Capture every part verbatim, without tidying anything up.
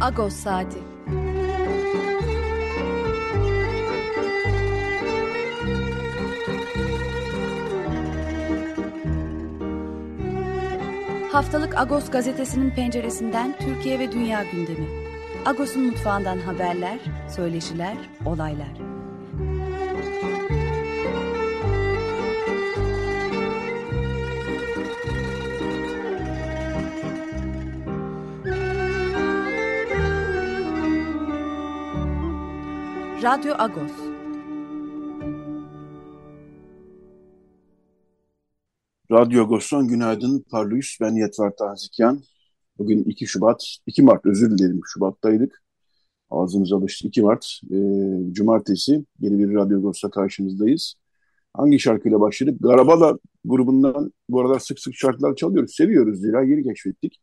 Agos Saati. Haftalık Agos gazetesinin penceresinden Türkiye ve dünya gündemi. Agos'un mutfağından haberler, söyleşiler, olaylar. Radyo Agos. Radyo Agos'tan günaydın. Parlıyız. Ben Yetvar Tazikyan. Bugün iki Şubat, iki Mart özür dilerim. Şubat'taydık. Ağzımız alıştı. iki Mart. E, Cumartesi. Yeni bir Radyo Agos'ta karşınızdayız. Hangi şarkıyla başladık? Garabala grubundan bu aralar sık sık şarkılar çalıyoruz. Seviyoruz zira yeni keşfettik.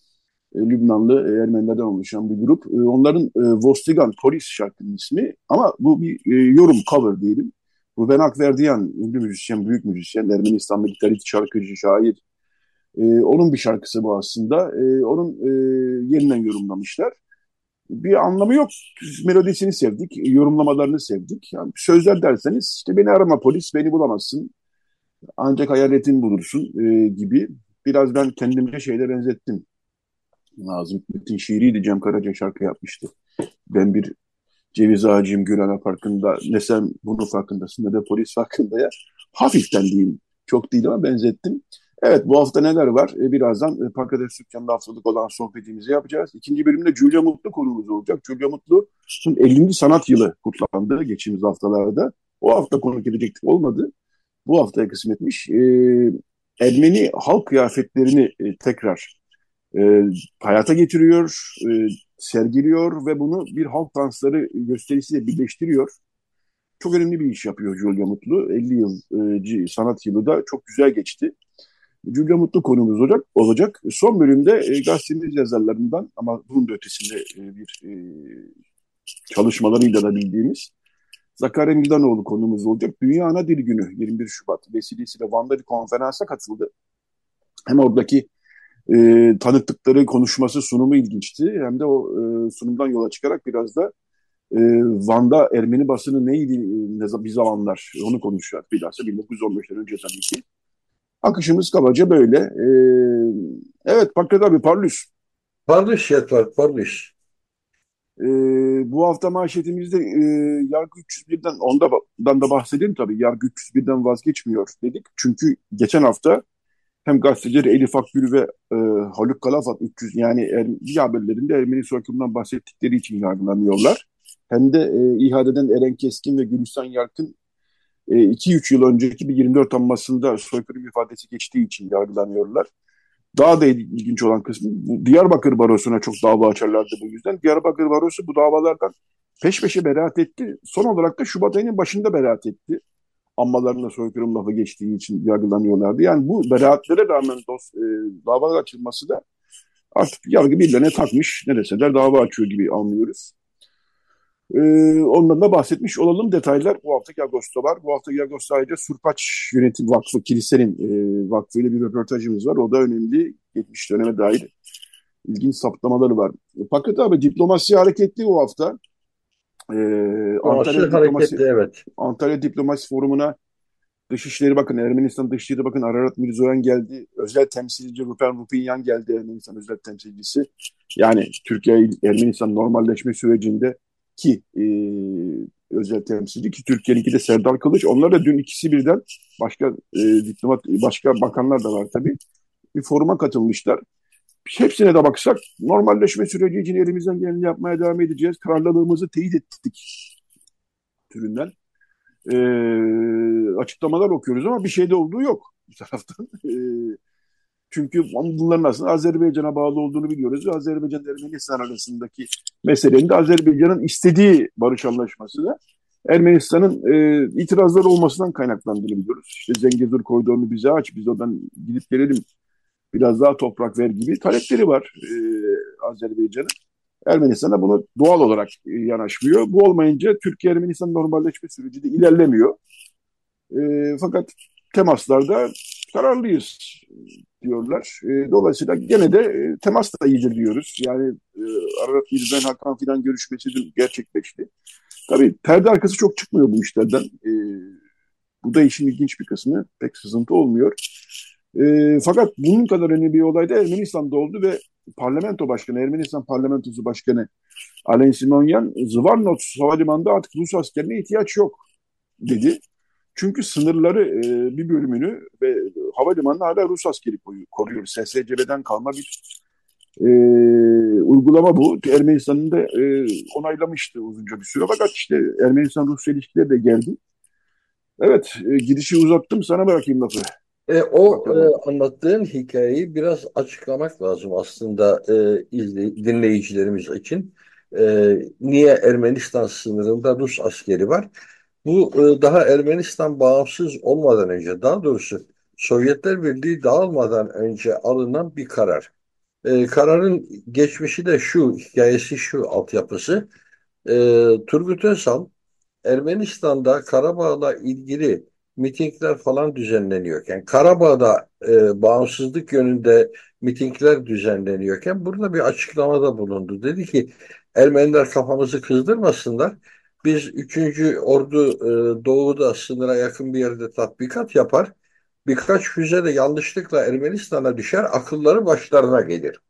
E, Lübnanlı e, Ermenilerden oluşan bir grup. E, onların e, Vostigan Polis şarkının ismi. Ama bu bir e, yorum, cover diyelim. Ruben Akverdiyan, ünlü müzisyen, büyük müzisyen, Ermenistan'da gitarist, şarkıcı, şair. E, onun bir şarkısı bu aslında. E, onun e, yeniden yorumlamışlar. Bir anlamı yok. Melodisini sevdik, yorumlamalarını sevdik. Yani sözler derseniz işte beni arama polis, beni bulamazsın. Ancak hayaletin bulursun e, gibi. Biraz ben kendimce şeyle benzettim. Nazım Hikmet'in şiiriydi. Cem Karaca şarkı yapmıştı. Ben bir ceviz ağacıyım Gülhane Parkı'nda. Ne sen bunun farkındasın ne de polis farkında ya. Hafiften değil. Çok değil ama benzettim. Evet, bu hafta neler var? Ee, birazdan e, Pankreas Dükkanı'nda haftalık olan sohbetimizi yapacağız. İkinci bölümde Julia Mutlu konumuz olacak. Julia Mutlu'nun ellinci sanat yılı kutlandı geçtiğimiz haftalarda. O hafta konuk edecektik, olmadı. Bu haftaya kısmetmiş. Ee, Ermeni halk kıyafetlerini e, tekrar e, hayata getiriyor, e, sergiliyor ve bunu bir halk dansları gösterisiyle birleştiriyor. Çok önemli bir iş yapıyor Julia Mutlu. elli yıl e, sanat yılı da çok güzel geçti. Julia Mutlu konumuz olacak. olacak. Son bölümde e, gazetemiz yazarlarından ama bunun da ötesinde e, bir e, çalışmalarıyla da bildiğimiz Zakarya Mildanoğlu konumuz olacak. Dünya Ana Dil Günü yirmi bir Şubat vesilesiyle Van'da bir konferansa katıldı. Hem oradaki e, tanıttıkları konuşması, sunumu ilginçti. Hem de o e, sunumdan yola çıkarak biraz da e, Van'da Ermeni basını neydi e, ne, bir zamanlar onu konuşuyor. Bilhassa bin dokuz yüz on beşten önce tabii ki. Akışımız kabaca böyle. E, evet Pankrat abi parlus. Parlış Yetvar, parlış. E, Bu hafta manşetimizde e, Yargı üç yüz birden ondan da bahsedeyim tabii. Yargı üç yüz birden vazgeçmiyor dedik. Çünkü geçen hafta hem gazeteciler Elif Akgül ve e, Haluk Kalafat üç yüz yani er, haberlerinde Ermeni soykırımından bahsettikleri için yargılanıyorlar. Hem de e, İHA'den Eren Keskin ve Gülistan Yarkın iki üç yıl önceki bir yirmi dört anmasında soykırım ifadesi geçtiği için yargılanıyorlar. Daha da ilginç olan kısmı Diyarbakır Barosu'na çok dava açarlardı bu yüzden. Diyarbakır Barosu bu davalardan peş peşe beraat etti. Son olarak da Şubat ayının başında beraat etti. Anmalarına soykırım lafı geçtiği için yargılanıyorlardı. Yani bu beraatlere rağmen dos, e, dava açılması da artık yargı birilerine takmış. Ne deseler dava açıyor gibi anlıyoruz. E, Ondan da bahsetmiş olalım. Detaylar bu haftaki Ağustos'ta var. Bu haftaki Ağustos'ta ayrıca Surpaç Yönetim Vakfı, kilisenin e, vakfıyla bir röportajımız var. O da önemli. Geçmiş döneme dair ilginç saptamaları var. Fakat abi diplomasi hareketli bu hafta. E, Aşırı Antalya Diplomasi hareketli, evet. Antalya Diplomasi Forumu'na Dışişleri bakın, Ermenistan Dışişleri bakın Ararat Mirzoyan geldi. Özel temsilci Rupen Rupinyan geldi, Ermenistan özel temsilcisi. Yani Türkiye Ermenistan normalleşme sürecinde ki e, özel temsilci ki Türkiye'ninki de Serdar Kılıç. Onlar da dün ikisi birden başka e, diplomat başka bakanlar da var tabii. Bir foruma katılmışlar. Hepsine de baksak normalleşme süreci için elimizden geleni yapmaya devam edeceğiz. Kararlılığımızı teyit ettik türünden e, açıklamalar okuyoruz ama bir şey de olduğu yok bu taraftan. E, çünkü bunların aslında Azerbaycan'a bağlı olduğunu biliyoruz. Azerbaycan Ermenistan arasındaki meselenin de Azerbaycan'ın istediği barış anlaşması da Ermenistan'ın e, itirazları olmasından kaynaklandığını biliyoruz. İşte Zengezur koridorunu bize aç, biz oradan gidip gelelim, biraz daha toprak ver gibi talepleri var e, Azerbaycan'ın. Ermenistan'a bunu doğal olarak e, yanaşmıyor. Bu olmayınca Türkiye-Ermenistan normalleşme süreci de ilerlemiyor. E, fakat temaslarda kararlıyız diyorlar. E, dolayısıyla gene de e, temas da iyidir diyoruz. Yani e, Ararat Mirzen Hakan filan görüşmesi dün gerçekleşti. Tabii perde arkası çok çıkmıyor bu işlerden. E, bu da işin ilginç bir kısmı. Pek sızıntı olmuyor. E, fakat bunun kadar önemli bir olay da Ermenistan'da oldu ve parlamento başkanı, Ermenistan parlamentosu başkanı Alen Simonyan, Zvartnots havalimanında artık Rus askerine ihtiyaç yok dedi. Çünkü sınırları e, bir bölümünü ve havalimanına hala Rus askeri koruyor. S S C B'den kalma bir e, uygulama bu. Ermenistan'ın da e, onaylamıştı uzunca bir süre. Fakat işte Ermenistan-Rusya ilişkileri de geldi. Evet, e, gidişi uzattım. Sana bırakayım lafı. E, o Bakalım. e, anlattığın hikayeyi biraz açıklamak lazım aslında e, izley- dinleyicilerimiz için. E, niye Ermenistan sınırında Rus askeri var? Bu e, daha Ermenistan bağımsız olmadan önce, daha doğrusu Sovyetler Birliği dağılmadan önce alınan bir karar. E, kararın geçmişi de şu, hikayesi şu, altyapısı. E, Turgut Özal Ermenistan'da Karabağ'la ilgili mitingler falan düzenleniyorken, Karabağ'da e, bağımsızlık yönünde mitingler düzenleniyorken burada bir açıklamada bulundu. Dedi ki Ermeniler kafamızı kızdırmasınlar. Biz üçüncü Ordu e, doğuda sınıra yakın bir yerde tatbikat yapar. Birkaç füze de yanlışlıkla Ermenistan'a düşer, akılları başlarına gelir.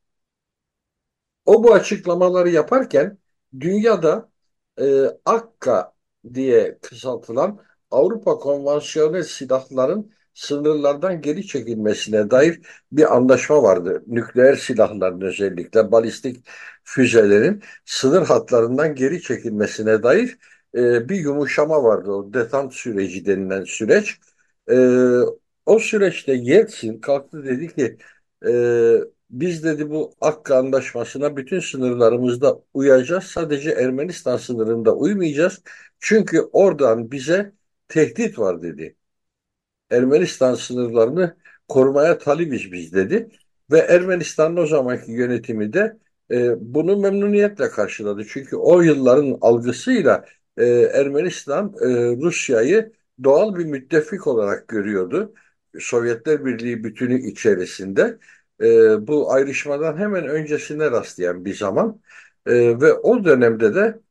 O bu açıklamaları yaparken dünyada e, akka diye kısaltılan Avrupa konvansiyonel silahların sınırlardan geri çekilmesine dair bir anlaşma vardı. Nükleer silahların, özellikle balistik füzelerin sınır hatlarından geri çekilmesine dair e, bir yumuşama vardı. O detant süreci denilen süreç. E, O süreçte Yeltsin kalktı, dedi ki e, biz, dedi, bu Akka Anlaşması'na bütün sınırlarımızda uyacağız. Sadece Ermenistan sınırında uymayacağız. Çünkü oradan bize tehdit var, dedi. Ermenistan sınırlarını korumaya talibiz biz, dedi. Ve Ermenistan'ın o zamanki yönetimi de e, bunu memnuniyetle karşıladı. Çünkü o yılların algısıyla e, Ermenistan e, Rusya'yı doğal bir müttefik olarak görüyordu. Sovyetler Birliği bütünü içerisinde. E, bu ayrışmadan hemen öncesine rastlayan bir zaman. E, ve o dönemde de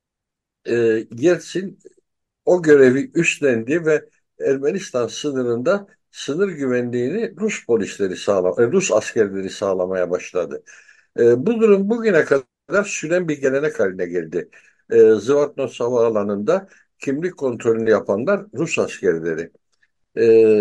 e, Yeltsin o görevi üstlendi ve Ermenistan sınırında sınır güvenliğini Rus polisleri sağlam, e, Rus askerleri sağlamaya başladı. E, bu durum bugüne kadar süren bir gelenek haline geldi. E, Zvartnots Havaalanı'nda kimlik kontrolünü yapanlar Rus askerleri. E,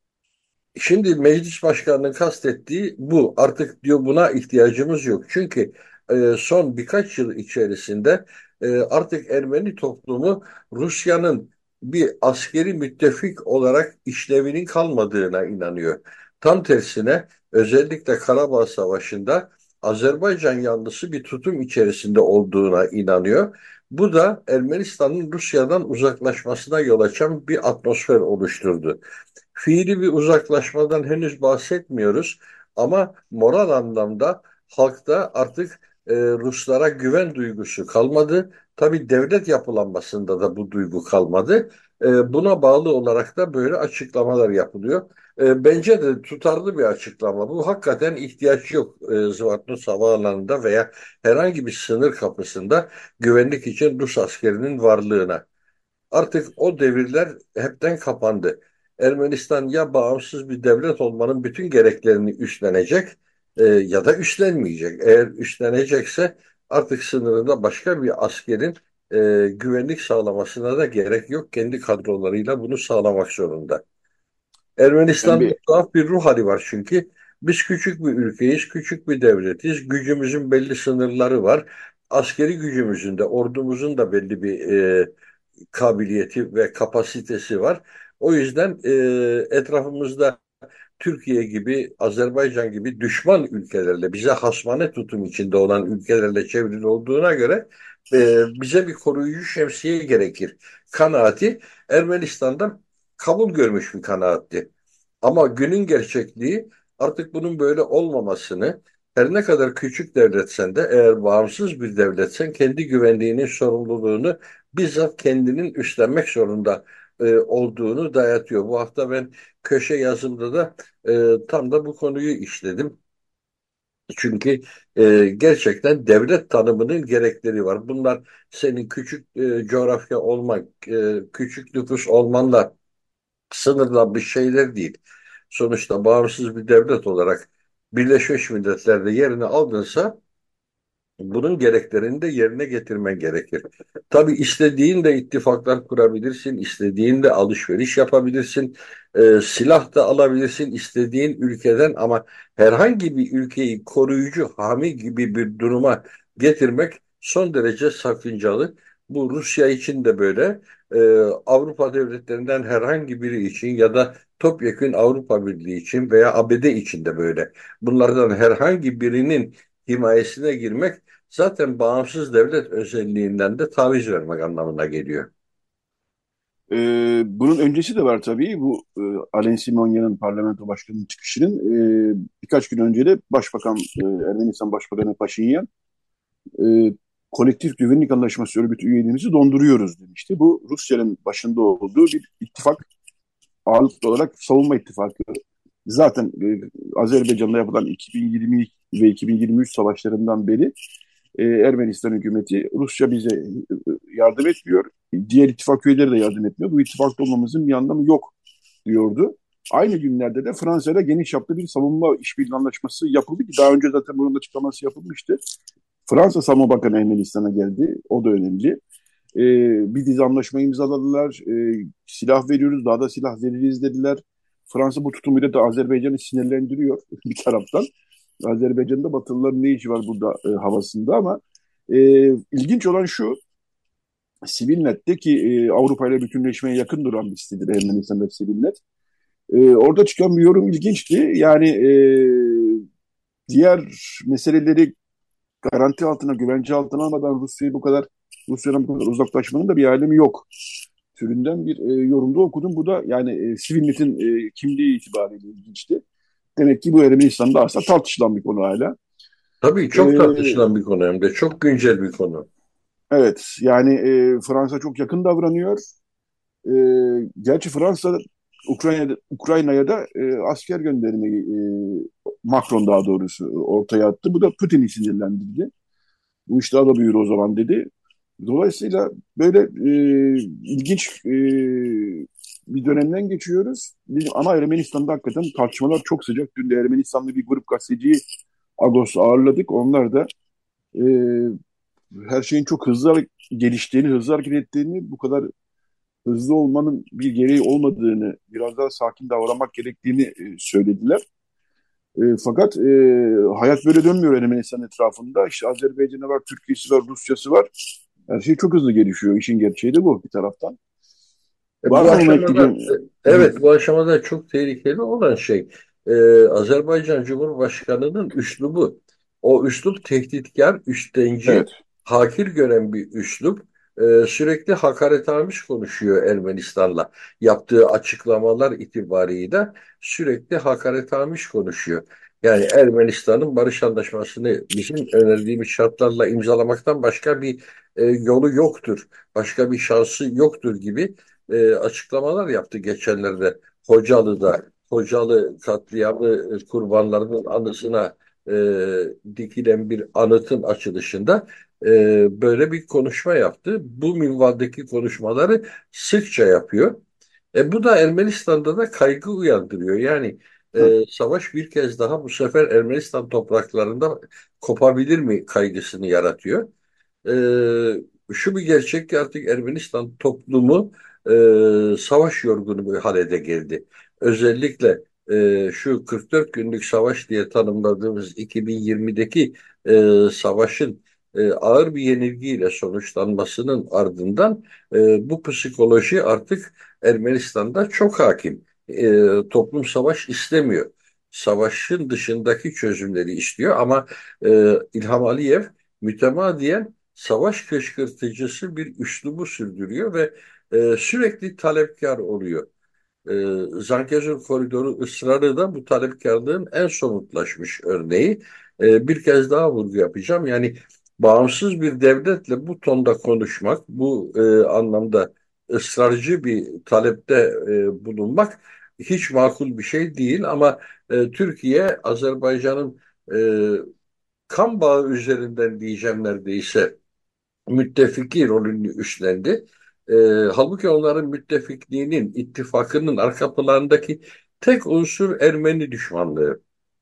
Şimdi meclis başkanının kastettiği bu. Artık diyor buna ihtiyacımız yok. Çünkü e, son birkaç yıl içerisinde e, artık Ermeni toplumu Rusya'nın bir askeri müttefik olarak işlevinin kalmadığına inanıyor. Tam tersine özellikle Karabağ Savaşı'nda Azerbaycan yanlısı bir tutum içerisinde olduğuna inanıyor. Bu da Ermenistan'ın Rusya'dan uzaklaşmasına yol açan bir atmosfer oluşturdu. Fiili bir uzaklaşmadan henüz bahsetmiyoruz ama moral anlamda halkta artık e, Ruslara güven duygusu kalmadı. Tabii devlet yapılanmasında da bu duygu kalmadı. E, buna bağlı olarak da böyle açıklamalar yapılıyor. E, bence de tutarlı bir açıklama. Bu hakikaten ihtiyaç yok e, Zvartnots Havaalanı'nda veya herhangi bir sınır kapısında güvenlik için Rus askerinin varlığına. Artık o devirler hepten kapandı. Ermenistan ya bağımsız bir devlet olmanın bütün gereklerini üstlenecek e, ya da üstlenmeyecek. Eğer üstlenecekse artık sınırında başka bir askerin e, güvenlik sağlamasına da gerek yok. Kendi kadrolarıyla bunu sağlamak zorunda. Ben Ermenistan'da bir tuhaf bir ruh hali var çünkü. Biz küçük bir ülkeyiz, küçük bir devletiz. Gücümüzün belli sınırları var. Askeri gücümüzün de, ordumuzun da belli bir e, kabiliyeti ve kapasitesi var. O yüzden e, etrafımızda Türkiye gibi, Azerbaycan gibi düşman ülkelerle, bize hasmane tutum içinde olan ülkelerle çevrili olduğuna göre e, bize bir koruyucu şemsiye gerekir. Kanaati Ermenistan'dan kabul görmüş bir kanaatti. Ama günün gerçekliği artık bunun böyle olmamasını, her ne kadar küçük devletsen de eğer bağımsız bir devletsen kendi güvenliğinin sorumluluğunu bizzat kendinin üstlenmek zorunda e, olduğunu dayatıyor. Bu hafta ben köşe yazımda da e, tam da bu konuyu işledim. Çünkü e, gerçekten devlet tanımının gerekleri var. Bunlar senin küçük e, coğrafya olmak, e, küçük nüfus olmanla sınırlanmış şeyler değil. Sonuçta bağımsız bir devlet olarak Birleşmiş Milletler'de yerini aldınsa bunun gereklerini de yerine getirmen gerekir. Tabii istediğin de ittifaklar kurabilirsin, istediğin de alışveriş yapabilirsin, e, silah da alabilirsin istediğin ülkeden ama herhangi bir ülkeyi koruyucu, hami gibi bir duruma getirmek son derece sakıncalı. Bu Rusya için de böyle, e, Avrupa devletlerinden herhangi biri için ya da topyekün Avrupa Birliği için veya A B D için de böyle. Bunlardan herhangi birinin himayesine girmek zaten bağımsız devlet özelliğinden de taviz vermek anlamına geliyor. Ee, bunun öncesi de var tabii. Bu e, Alain Simonya'nın parlamento başkanının çıkışının e, birkaç gün önce de Başbakan e, Ermenistan Başbakanı Paşinyan e, kolektif güvenlik anlaşması örgütü üyeliğimizi donduruyoruz demişti. Bu Rusya'nın başında olduğu bir ittifak, ağırlıklı olarak savunma ittifakı. Zaten e, Azerbaycan'da yapılan iki bin yirmi ve iki bin yirmi üç savaşlarından beri e, Ermenistan hükümeti Rusya bize e, yardım etmiyor, diğer ittifak üyeleri de yardım etmiyor. Bu ittifakta olmamızın bir anlamı yok diyordu. Aynı günlerde de Fransa'yla geniş çaplı bir savunma işbirliği anlaşması yapıldı ki daha önce zaten bunun açıklaması yapılmıştı. Fransa Savunma Bakanı Ermenistan'a geldi. O da önemli. Ee, bir dizi anlaşma imzaladılar. Ee, silah veriyoruz, daha da silah veririz dediler. Fransa bu tutumuyla da Azerbaycan'ı sinirlendiriyor bir taraftan. Azerbaycan'da Batılıların ne işi var burada e, havasında ama e, ilginç olan şu, Sivilnet'te ki e, Avrupa ile bütünleşmeye yakın duran bir sitedir Ermenistan'da Sivilnet. E, orada çıkan bir yorum ilginçti. Yani e, diğer meseleleri garanti altına, güvence altına almadan Rusya'yı bu kadar Rusya'dan bu kadar uzaklaşmanın da bir alemi yok türünden bir e, yorumda okudum. Bu da yani e, Sivilnet'in e, kimliği itibariyle ilginçti. Demek ki bu Ermenistan'da aslında tartışılan bir konu hala. Tabii çok E, tartışılan bir konu hem de çok güncel bir konu. evet yani e, Fransa çok yakın davranıyor. E, gerçi Fransa Ukrayna'da, Ukrayna'ya da e, asker göndermeyi e, Macron daha doğrusu ortaya attı. Bu da Putin'i sinirlendirdi. Bu iş daha da büyür o zaman dedi. Dolayısıyla böyle e, ilginç e, bir dönemden geçiyoruz. Ama Ermenistan'da hakikaten tartışmalar çok sıcak. Dün de Ermenistanlı bir grup gazeteciyi Agos'ta ağırladık. Onlar da e, her şeyin çok hızlı geliştiğini, hızlı hareket ettiğini, bu kadar hızlı olmanın bir gereği olmadığını, biraz daha sakin davranmak gerektiğini e, söylediler. E, fakat e, hayat böyle dönmüyor Ermenistan etrafında. İşte Azerbaycan'ı var, Türkiye'si var, Rusya'sı var. Her şey çok hızlı gelişiyor. İşin gerçeği de bu bir taraftan. E, Var bu mı bunu aşamada ekleyeceğim? e, evet bu aşamada çok tehlikeli olan şey e, Azerbaycan Cumhurbaşkanı'nın üslubu. O üslup tehditkar, üstenci, Evet. hakir gören bir üslup. E, sürekli hakaretamiz konuşuyor Ermenistan'la. Yaptığı açıklamalar itibarıyla sürekli hakaretamiz konuşuyor. Yani Ermenistan'ın barış anlaşmasını bizim önerdiğimiz şartlarla imzalamaktan başka bir e, yolu yoktur. Başka bir şansı yoktur gibi e, açıklamalar yaptı geçenlerde Hocalı'da. Hocalı katliamı e, kurbanlarının anısına e, dikilen bir anıtın açılışında e, böyle bir konuşma yaptı. Bu minvaldeki konuşmaları sıkça yapıyor. E, bu da Ermenistan'da da kaygı uyandırıyor. Yani Hı. e, savaş bir kez daha bu sefer Ermenistan topraklarında kopabilir mi kaygısını yaratıyor. E, şu bir gerçek ki artık Ermenistan toplumu e, savaş yorgunu bir halede geldi. Özellikle e, şu kırk dört günlük savaş diye tanımladığımız iki bin yirmideki e, savaşın e, ağır bir yenilgiyle sonuçlanmasının ardından e, bu psikoloji artık Ermenistan'da çok hakim. E, toplum savaş istemiyor. Savaşın dışındaki çözümleri istiyor ama e, İlham Aliyev mütemadiyen savaş kışkırtıcısı bir üslubu sürdürüyor ve e, sürekli talepkar oluyor. E, Zangezur Koridoru ısrarı da bu talepkarlığın en somutlaşmış örneği. E, bir kez daha vurgu yapacağım. Yani bağımsız bir devletle bu tonda konuşmak, bu e, anlamda ısrarcı bir talepte e, bulunmak hiç makul bir şey değil ama e, Türkiye Azerbaycan'ın e, kan bağı üzerinden diyeceğim neredeyse müttefiki rolünü üstlendi. E, halbuki onların müttefikliğinin, ittifakının arka planındaki tek unsur Ermeni düşmanlığı.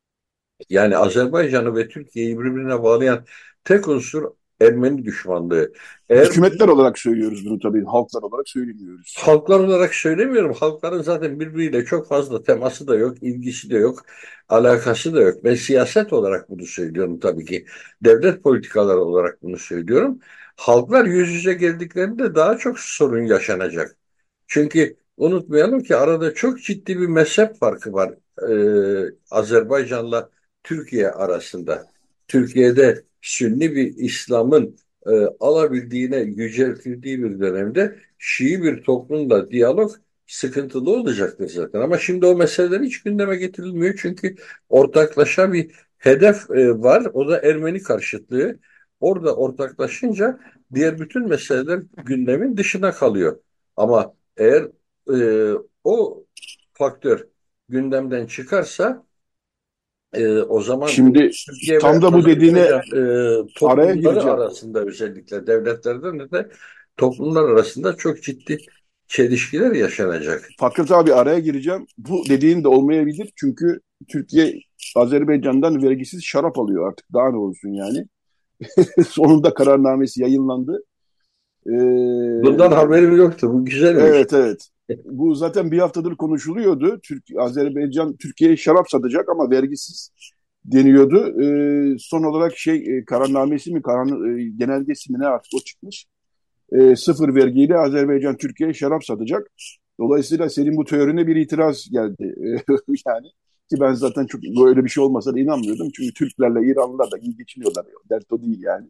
Yani Azerbaycan'ı ve Türkiye'yi birbirine bağlayan tek unsur Ermeni düşmanlığı. Eğer Hükümetler olarak söylüyoruz bunu tabii, halklar olarak söylemiyoruz. halklar olarak söylemiyorum. Halkların zaten birbiriyle çok fazla teması da yok, ilgisi de yok, alakası da yok. Ben siyaset olarak bunu söylüyorum tabii ki. Devlet politikaları olarak bunu söylüyorum. Halklar yüz yüze geldiklerinde daha çok sorun yaşanacak. Çünkü unutmayalım ki arada çok ciddi bir mezhep farkı var ee, Azerbaycan'la Türkiye arasında. Türkiye'de Sünni bir İslam'ın e, alabildiğine yüceltildiği bir dönemde Şii bir toplumla diyalog sıkıntılı olacaktır zaten. Ama şimdi o meseleler hiç gündeme getirilmiyor çünkü ortaklaşa bir hedef e, var. O da Ermeni karşıtlığı. Orada ortaklaşınca diğer bütün meseleler gündemin dışına kalıyor. Ama eğer e, o faktör gündemden çıkarsa e, o zaman Şimdi Türkiye ve tam da bu dediğine Azerbaycan e, araya toplumları gireceğim. arasında özellikle devletlerden de toplumlar arasında çok ciddi çelişkiler yaşanacak. Fakat abi araya gireceğim. Bu dediğin de olmayabilir. Çünkü Türkiye Azerbaycan'dan vergisiz şarap alıyor artık. Daha ne olsun yani. Sonunda kararnamesi yayınlandı. Ee, Bundan haberim yoktu. Bu güzelmiş. evet evet. Bu zaten bir haftadır konuşuluyordu. Türk, Azerbaycan Türkiye'ye şarap satacak ama vergisiz deniyordu. Ee, son olarak şey e, kararnamesi mi karar, e, genelgesi mi ne artık o çıkmış. E, sıfır vergiyle Azerbaycan Türkiye'ye şarap satacak. Dolayısıyla senin bu teorine bir itiraz geldi. Yani ki ben zaten çok böyle bir şey olmasa da inanmıyordum. Çünkü Türklerle İranlılar da iyi geçiniyorlar. Dert o değil yani.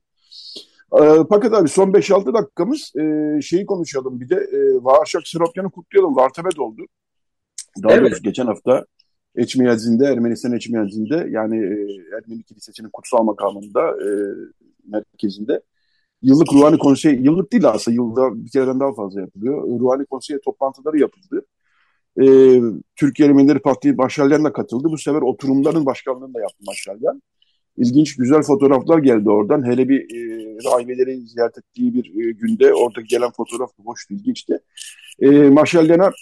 E, fakat abi son beş altı dakikamız e, şeyi konuşalım. Bir de e, Vaşak Seropyan'ı kutlayalım. Vartepe oldu. Daha Evet. doğrusu geçen hafta Eçmiyazin'de, Ermenistan Eçmiyazin'de yani e, Ermeni Kilisesi'nin kutsal makamında e, merkezinde yıllık ruhani konsey, yıllık değil aslında yılda bir kereden daha fazla yapılıyor. Ruhani konsey toplantıları yapıldı. Ee, Türkiye Ermenileri Parti Başkanlarına da katıldı. Bu sefer oturumların başkanlığını da yaptı Başkanlar. İlginç, güzel fotoğraflar geldi oradan. Hele bir e, rahibeleri ziyaret ettiği bir e, günde orada gelen fotoğraf hoştu, ilginçti. E, Maşalden'e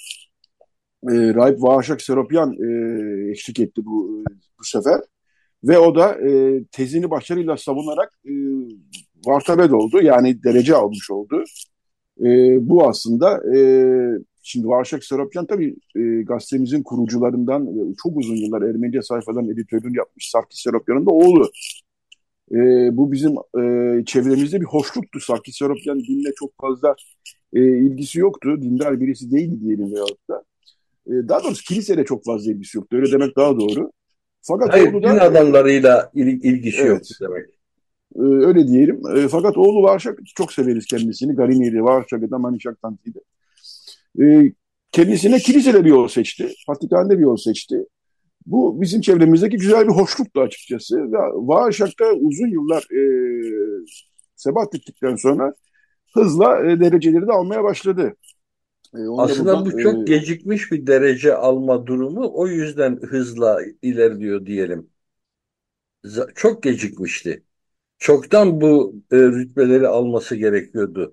e, Rahip Vahaşak Seropyan e, eşlik etti bu bu sefer. Ve o da e, tezini başarıyla savunarak e, vartabed oldu. Yani derece almış oldu. E, bu aslında e, şimdi Varşak Seropyan tabii e, gazetemizin kurucularından e, çok uzun yıllar Ermenice sayfaların editörlüğünü yapmış Sarkis Seropyan'ın da oğlu. E, bu bizim e, çevremizde bir hoşluktu. Sarkis Seropyan dinle çok fazla e, ilgisi yoktu. Dindar birisi değildi diyelim veyahut da. E, daha doğrusu kiliseyle çok fazla ilgisi yoktu. Öyle demek daha doğru. Fakat Hayır, oğlu din da e, adamlarıyla il- ilgisi yok evet demek. e, öyle diyelim. E, fakat oğlu Varşak çok severiz kendisini. Gariniydi, Varşak'ı da Manişak Tanti'ydi. E, kendisine kilisede bir yol seçti. Vatikan'da bir yol seçti. Bu bizim çevremizdeki güzel bir hoşluktu açıkçası. Ve Varşak'ta uzun yıllar e, sebat ettikten sonra hızla e, dereceleri de almaya başladı. E, onu da Aslında buradan bu çok e, gecikmiş bir derece alma durumu. O yüzden hızla ilerliyor diyelim. Z- Çok gecikmişti. Çoktan bu e, rütbeleri alması gerekiyordu.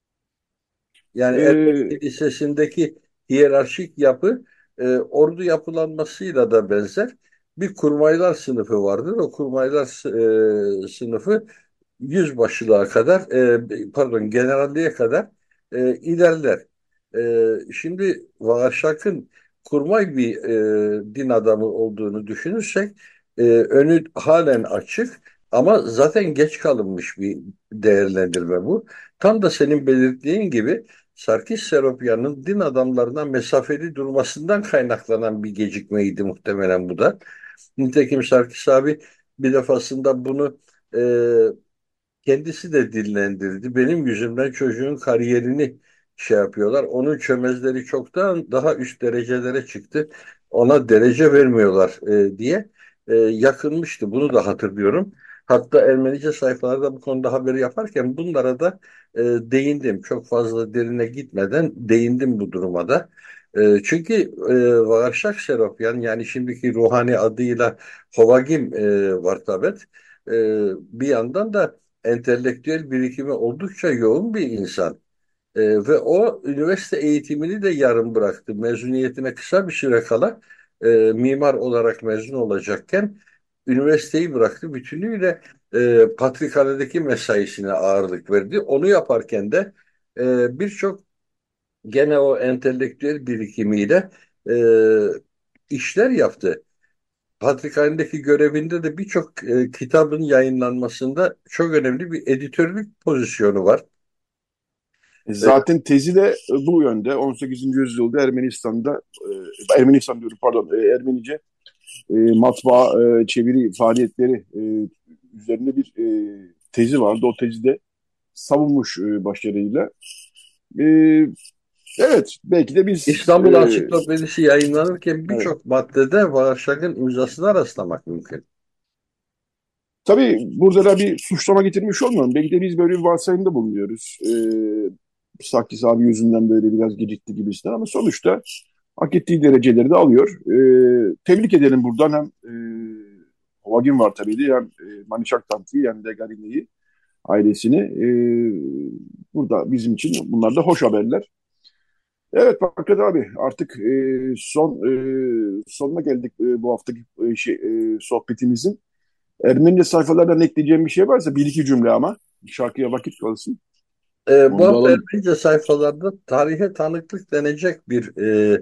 Yani e, Ermeni Lisesi'ndeki hiyerarşik yapı e, ordu yapılanmasıyla da benzer. Bir kurmaylar sınıfı vardır. O kurmaylar e, sınıfı yüzbaşılığa kadar, e, pardon generalliğe kadar e, ilerler. E, şimdi Vaşak'ın kurmay bir e, din adamı olduğunu düşünürsek e, önü halen açık ama zaten geç kalınmış bir değerlendirme bu. Tam da senin belirttiğin gibi Sarkis Seropyan'ın din adamlarına mesafeli durmasından kaynaklanan bir gecikmeydi muhtemelen bu da. Nitekim Sarkis abi bir defasında bunu e, kendisi de dillendirdi. Benim yüzümden çocuğun kariyerini şey yapıyorlar. Onun çömezleri çoktan daha üst derecelere çıktı. Ona derece vermiyorlar e, diye e, yakınmıştı. Bunu da hatırlıyorum. Hatta Ermenice sayfalarda bu konuda haberi yaparken bunlara da e, değindim. Çok fazla derine gitmeden değindim bu duruma da. E, çünkü e, Varşak Seropyan, yani şimdiki ruhani adıyla Hovagim e, Vartabet, e, bir yandan da entelektüel birikimi oldukça yoğun bir insan. E, ve o üniversite eğitimini de yarım bıraktı. Mezuniyetine kısa bir süre kala e, mimar olarak mezun olacakken üniversiteyi bıraktı. Bütünüyle e, Patrikhane'deki mesaisine ağırlık verdi. Onu yaparken de e, birçok gene o entelektüel birikimiyle e, işler yaptı. Patrikhane'deki görevinde de birçok e, kitabın yayınlanmasında çok önemli bir editörlük pozisyonu var. E, Zaten tezi de e, bu yönde. on sekizinci yüzyılda Ermenistan'da, e, Ermenistan diyorum pardon, e, Ermenice e, matbaa, e, çeviri faaliyetleri e, üzerine bir e, tezi vardı. O tezi de savunmuş e, başarıyla. E, evet, belki de biz e, İstanbul Ansiklopedisi yayınlanırken evet. birçok maddede Varşak'ın imzasına rastlamak mümkün. Tabii burada da bir suçlama getirmiş olmuyorum. Belki de biz böyle bir varsayımda bulunuyoruz. E, Sakis abi yüzünden böyle biraz gecikti gibisinden ama sonuçta hak ettiği dereceleri de alıyor. E, tebrik edelim buradan hem e, Hovagin var tabii de hem e, Maniçak Tanti'yi hem de Garine'yi, ailesini. E, burada bizim için bunlar da hoş haberler. Evet Fakat abi artık e, son e, sonuna geldik e, bu haftaki e, şey, e, sohbetimizin. Ermenice sayfalardan ekleyeceğim bir şey varsa bir iki cümle ama şarkıya vakit kalsın. Ee, bu Onu da hafta alalım. Ermenice sayfalarda tarihe tanıklık denecek bir e,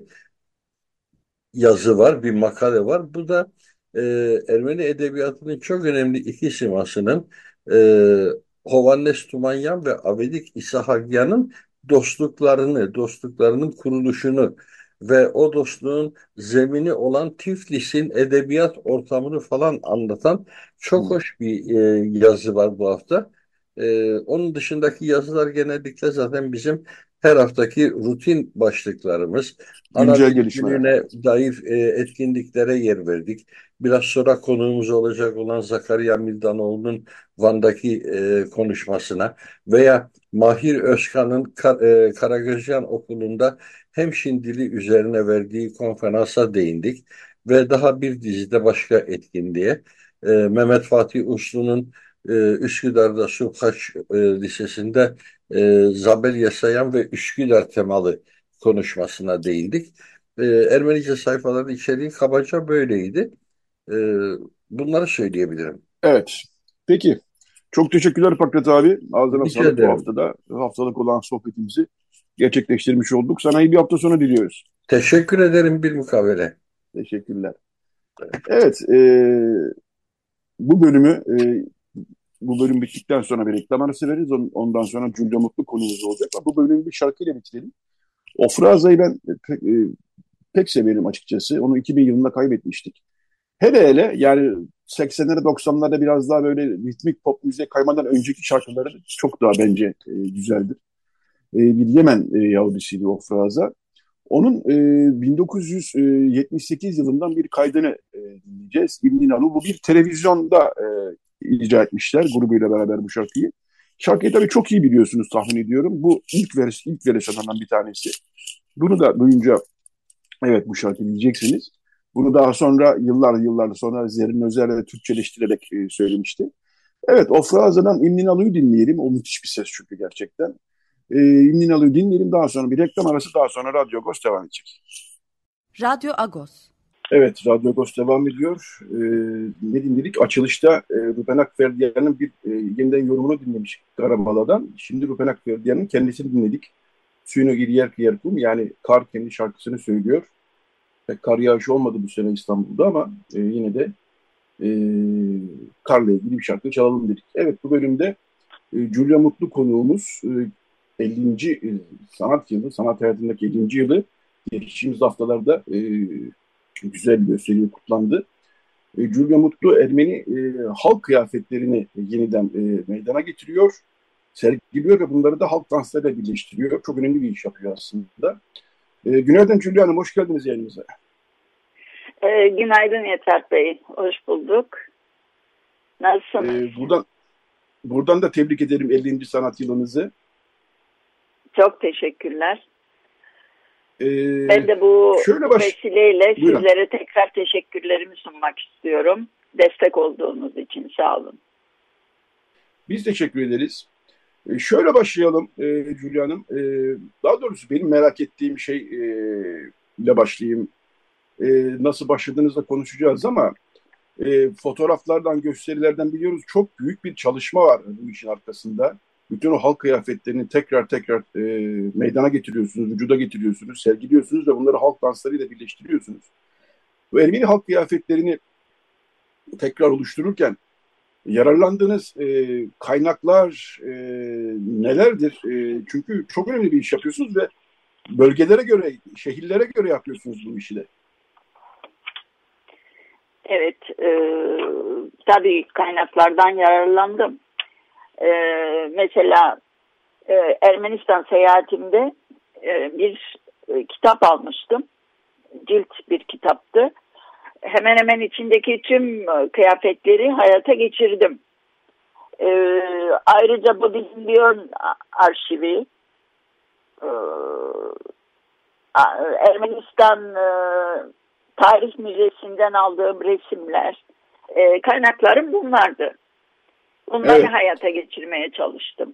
yazı var, bir makale var. Bu da e, Ermeni edebiyatının çok önemli iki simasının, e, Hovannes Tumanyan ve Avedik İsahakyan'ın dostluklarını, dostluklarının kuruluşunu ve o dostluğun zemini olan Tiflis'in edebiyat ortamını falan anlatan çok Hı. hoş bir e, yazı var bu hafta. E, onun dışındaki yazılar genellikle zaten bizim her haftaki rutin başlıklarımız. Ana Güncel dil gelişmeler. gününe Evet. dair e, etkinliklere yer verdik. Biraz sonra konuğumuz olacak olan Zakariya Mildanoğlu'nun Van'daki e, konuşmasına veya Mahir Özkan'ın Kar, e, Karagözyan Okulu'nda Hemşin dili üzerine verdiği konferansa değindik. Ve daha bir dizide başka etkinliğe e, Mehmet Fatih Uslu'nun e, Üsküdar'da Subhaç e, Lisesi'nde e, Zabel Yasayan ve Üsküdar temalı konuşmasına değindik. E, Ermenice sayfaların içeriği kabaca böyleydi. E, bunları söyleyebilirim. Evet. Peki. Çok teşekkürler Fakret abi. Ağzına Rica sağlık. Bu ederim. haftada haftalık olan sohbetimizi gerçekleştirmiş olduk. Sana iyi bir hafta sonu diliyoruz. Teşekkür ederim bir mukabele. Teşekkürler. Evet. E, bu bölümü e, bu bölüm bittikten sonra bir reklam arası veririz. Ondan sonra Cümle Mutlu konumuz olacak. Ama bu bölümü bir şarkıyla bitirelim. O frazayı ben pek, e, pek severim açıkçası. Onu iki bin yılında kaybetmiştik. Hele hele yani seksenlerde doksanlarda biraz daha böyle ritmik pop müziğe kaymadan önceki şarkıları çok daha bence e, güzeldir. E, bir Yemen e, Yahudisiydi o fraza. Onun e, bin dokuz yüz yetmiş sekiz yılından bir kaydını e, dinleyeceğiz. İbn Nalu bu bir televizyonda e, icra etmişler grubuyla beraber bu şarkıyı. Şarkıyı tabii çok iyi biliyorsunuz tahmin ediyorum. Bu ilk vers ilk versiyonlardan bir tanesi. Bunu da duyunca evet bu şarkıyı diyeceksiniz. Bunu daha sonra yıllar yıllar sonra Zerrin Özer'le Türkçeleştirerek e, söylemişti. Evet o frazadan İbn Nalu'yu dinleyelim. O müthiş bir ses çünkü gerçekten. E, İbn Nalu'yu dinleyelim. Daha sonra bir reklam arası daha sonra Radyo Agos devam edecek. Radyo Agos. Evet, Radyo Agos devam ediyor. Ee, ne dinledik? Açılışta e, Ruben Akverdiyan'ın bir e, yeniden yorumunu dinlemiş Karabala'dan. Şimdi Ruben Akverdiyan'ın kendisini dinledik. Suyunu Giriyer Kıyerkum yani kar kendi şarkısını söylüyor. Pek kar yağışı olmadı bu sene İstanbul'da ama e, yine de e, karla ilgili bir şarkı çalalım dedik. Evet bu bölümde e, Julia Mutlu konuğumuz e, ellinci e, sanat yılı, sanat hayatındaki ellinci yılı geçtiğimiz haftalarda e, güzel bir gösteriyle kutlandı. E, Julia Mutlu Ermeni e, halk kıyafetlerini yeniden e, meydana getiriyor, sergiliyor ve bunları da halk danslarıyla birleştiriyor. Çok önemli bir iş yapıyor aslında. E, günaydın Julia Hanım, hoş geldiniz yayınımıza. E, günaydın Yetert Bey, hoş bulduk. Nasılsınız? Ee, buradan buradan da tebrik ederim ellinci sanat yılınızı. Çok teşekkürler. Ee, Ben de bu şöyle baş... vesileyle Buyurun. sizlere tekrar teşekkürlerimi sunmak istiyorum. Destek olduğunuz için sağ olun. Biz teşekkür ederiz. Ee, şöyle başlayalım e, Hülya Hanım. Ee, daha doğrusu benim merak ettiğim şey e, ile başlayayım. E, nasıl başladığınızla konuşacağız ama e, fotoğraflardan, gösterilerden biliyoruz çok büyük bir çalışma var bu işin arkasında. Bütün o halk kıyafetlerini tekrar tekrar e, meydana getiriyorsunuz, vücuda getiriyorsunuz, sergiliyorsunuz ve bunları halk danslarıyla birleştiriyorsunuz. Bu Ermeni halk kıyafetlerini tekrar oluştururken yararlandığınız e, kaynaklar e, nelerdir? E, çünkü çok önemli bir iş yapıyorsunuz ve bölgelere göre, şehirlere göre yapıyorsunuz bu işi de. Evet, e, tabii kaynaklardan yararlandım. E, mesela e, Ermenistan seyahatimde e, bir e, kitap almıştım. Cilt bir kitaptı. Hemen hemen içindeki tüm e, kıyafetleri hayata geçirdim. E, ayrıca bu Biyön arşivi, e, Ermenistan e, Tarih Müzesi'nden aldığım resimler, e, kaynaklarım bunlardı. Bunları Evet. hayata geçirmeye çalıştım.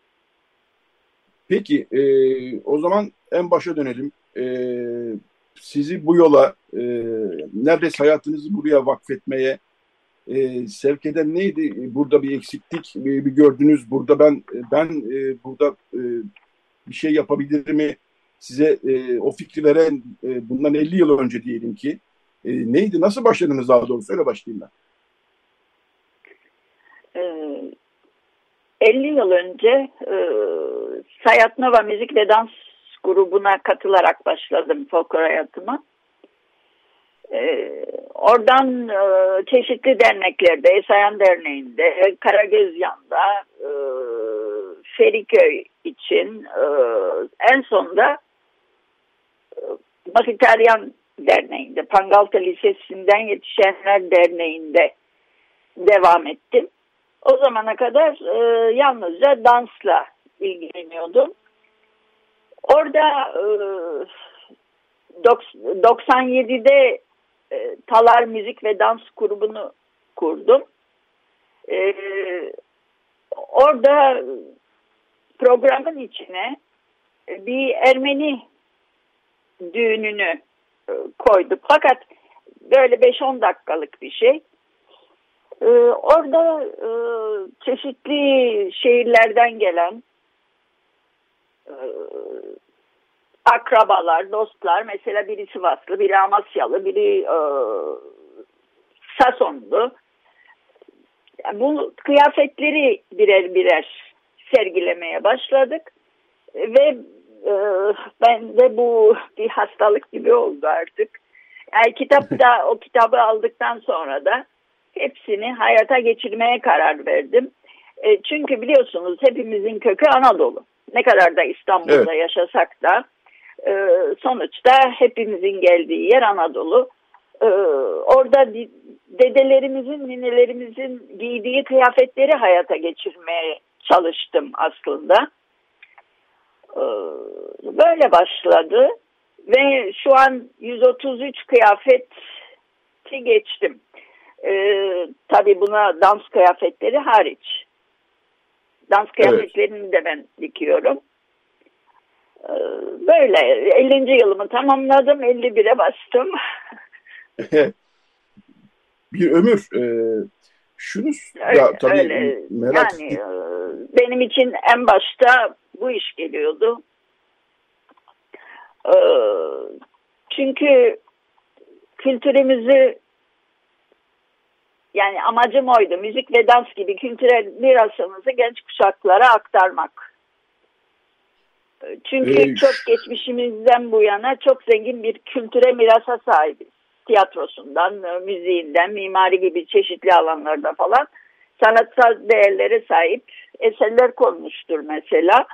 Peki, e, o zaman en başa dönelim. E, sizi bu yola, e, neredeyse hayatınızı buraya vakfetmeye e, sevk eden neydi? Burada bir eksiklik, bir, bir gördünüz. Burada ben ben e, burada e, bir şey yapabilir mi? Size e, o fikri veren e, bundan elli yıl önce diyelim ki e, neydi? Nasıl başladınız daha doğrusu? Öyle başlayayım ben. Ee, elli yıl önce e, Sayat Nova Müzik ve Dans grubuna katılarak başladım folklor hayatıma. Ee, oradan e, çeşitli derneklerde, Esayan Derneği'nde, Karagözyan'da, e, Feriköy için, e, en sonunda e, Makitaryan Derneği'nde, Pangalta Lisesi'nden Yetişenler Derneği'nde devam ettim. O zamana kadar e, yalnızca dansla ilgileniyordum. Orada e, doksan yedide e, Talar Müzik ve Dans grubunu kurdum. E, orada programın içine bir Ermeni düğününü e, koyduk. Fakat böyle beş on dakikalık bir şey. Ee, orada e, çeşitli şehirlerden gelen e, akrabalar, dostlar, mesela biri Sivaslı, biri Amasyalı, biri e, Sasonlu. Yani bu kıyafetleri birer birer sergilemeye başladık ve e, ben de bu bir hastalık gibi oldu artık. Yani kitapta o kitabı aldıktan sonra da hepsini hayata geçirmeye karar verdim. E, çünkü biliyorsunuz hepimizin kökü Anadolu. Ne kadar da İstanbul'da evet. yaşasak da e, sonuçta hepimizin geldiği yer Anadolu. E, orada dedelerimizin, ninelerimizin giydiği kıyafetleri hayata geçirmeye çalıştım aslında. E, böyle başladı ve şu an yüz otuz üç kıyafeti geçtim. Ee, tabii buna dans kıyafetleri hariç. Dans kıyafetlerini evet. de ben dikiyorum. Ee, böyle ellinci yılımı tamamladım. elli bire bastım. Bir ömür. Ee, şunu öyle, ya, tabii öyle. merak yani e, benim için en başta bu iş geliyordu. Ee, çünkü kültürümüzü, yani amacım oydu. Müzik ve dans gibi kültürel mirasımızı genç kuşaklara aktarmak. Çünkü ee, çok geçmişimizden bu yana çok zengin bir kültüre mirasa sahibiz. Tiyatrosundan, müziğinden, mimari gibi çeşitli alanlarda falan sanatsal değerlere sahip eserler konmuştur mesela.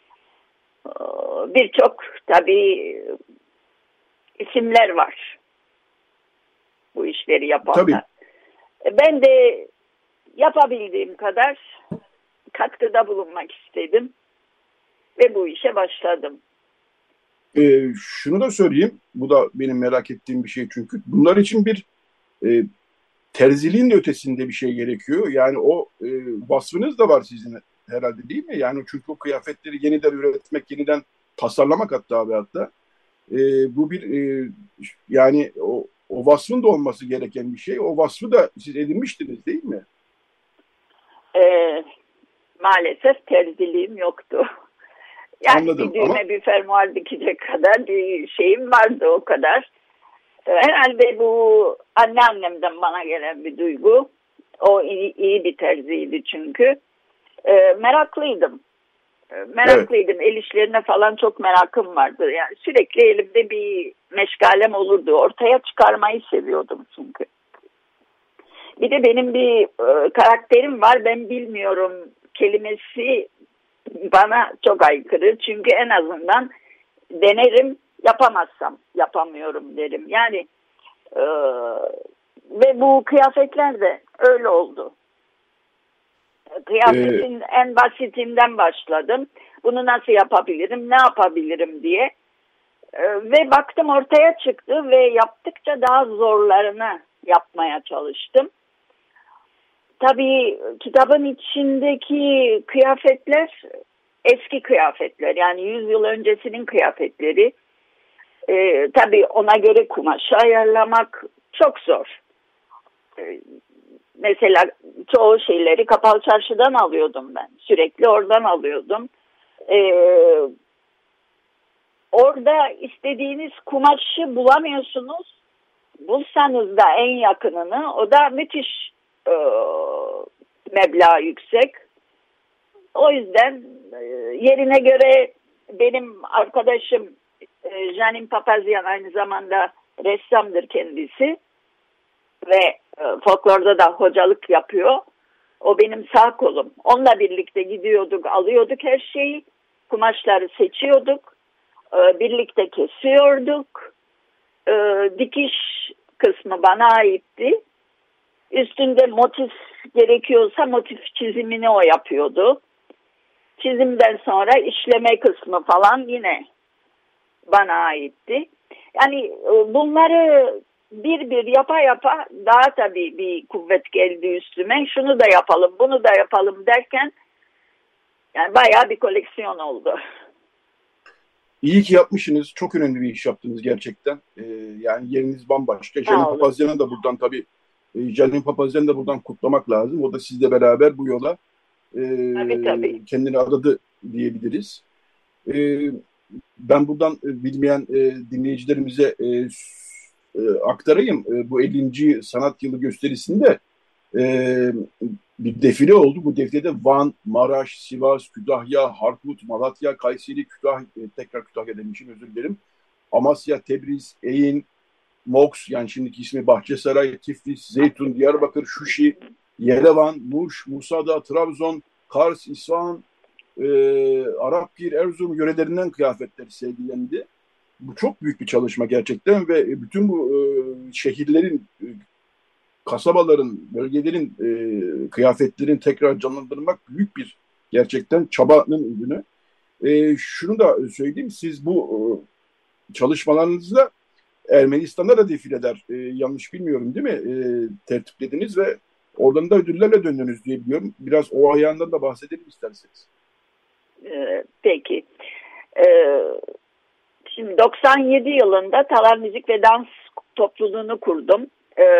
Birçok tabii isimler var bu işleri yapanlar. Tabii. Ben de yapabildiğim kadar katkıda bulunmak istedim ve bu işe başladım. Ee, şunu da söyleyeyim, bu da benim merak ettiğim bir şey çünkü. Bunlar için bir e, terziliğin de ötesinde bir şey gerekiyor. Yani o e, vasfınız da var sizin herhalde, değil mi? Yani çünkü o kıyafetleri yeniden üretmek, yeniden tasarlamak hatta ve hatta. E, bu bir e, yani o, o vasfın da olması gereken bir şey. O vasfı da siz edinmiştiniz, değil mi? Ee, maalesef terziliğim yoktu. Yani Anladım, bir düğme ama bir fermuar dikecek kadar bir şeyim vardı, o kadar. Ee, herhalde bu anneannemden bana gelen bir duygu. O iyi, iyi bir terziydi çünkü. Ee, meraklıydım. Ee, meraklıydım. Evet. El işlerine falan çok merakım vardı. Yani sürekli elimde bir meşgalem olurdu. Ortaya çıkarmayı seviyordum çünkü. Bir de benim bir e, karakterim var. Ben bilmiyorum kelimesi bana çok aykırı. Çünkü en azından denerim, yapamazsam yapamıyorum derim. Yani e, ve bu kıyafetler de öyle oldu. Kıyafetin ee, en basitinden başladım. Bunu nasıl yapabilirim, ne yapabilirim diye. E, ve baktım ortaya çıktı ve yaptıkça daha zorlarını yapmaya çalıştım. Tabii kitabın içindeki kıyafetler eski kıyafetler, yani yüz yıl öncesinin kıyafetleri. Ee, tabii ona göre kumaşı ayarlamak çok zor. Ee, mesela çoğu şeyleri Kapalı Çarşı'dan alıyordum ben. Sürekli oradan alıyordum. Ee, orada istediğiniz kumaşı bulamıyorsunuz. Bulsanız da en yakınını, o da müthiş e, meblağ yüksek. O yüzden e, yerine göre benim arkadaşım e, Janin Papazyan aynı zamanda ressamdır kendisi ve e, folklorda da hocalık yapıyor. O benim sağ kolum. Onunla birlikte gidiyorduk, alıyorduk her şeyi, kumaşları seçiyorduk, e, birlikte kesiyorduk. E, dikiş kısmı bana aitti. Üstünde motif gerekiyorsa motif çizimini o yapıyordu. Çizimden sonra işleme kısmı falan yine bana aitti. Yani bunları bir bir yapa yapa daha tabii bir kuvvet geldi üstüme. Şunu da yapalım, bunu da yapalım derken yani bayağı bir koleksiyon oldu. İyi ki yapmışsınız. Çok önemli bir iş yaptınız gerçekten. Ee, yani yeriniz bambaşka. Janin Papazyan'ı da buradan tabii Janin Papazyan'ı da buradan kutlamak lazım. O da sizle beraber bu yola e, tabii, tabii. kendini adadı diyebiliriz. E, ben buradan bilmeyen e, dinleyicilerimize e, e, aktarayım. E, bu ellinci sanat yılı gösterisinde e, bir defile oldu. Bu defilede Van, Maraş, Sivas, Kütahya, Harput, Malatya, Kayseri, Kütahya, e, tekrar Kütahya demişim, özür dilerim. Amasya, Tebriz, Eyn, Moks, yani şimdiki ismi Bahçesaray, Tiflis, Zeytun, Diyarbakır, Şuşi, Yerevan, Muş, Musa'da, Trabzon, Kars, İsfahan, e, Arapgir, Erzurum yörelerinden kıyafetler sergilendi. Bu çok büyük bir çalışma gerçekten ve bütün bu e, şehirlerin, e, kasabaların, bölgelerin e, kıyafetlerin tekrar canlandırmak büyük bir gerçekten çabanın ürünü. E, şunu da söyleyeyim, siz bu e, çalışmalarınızla Ermenistan'da da defileler, e, yanlış bilmiyorum değil mi, e, tertiplediniz ve oradan da ödüllerle döndünüz diye biliyorum. Biraz o ayağından da bahsedelim isterseniz. Ee, peki. Ee, şimdi doksan yedi yılında Talar Müzik ve Dans topluluğunu kurdum. Ee,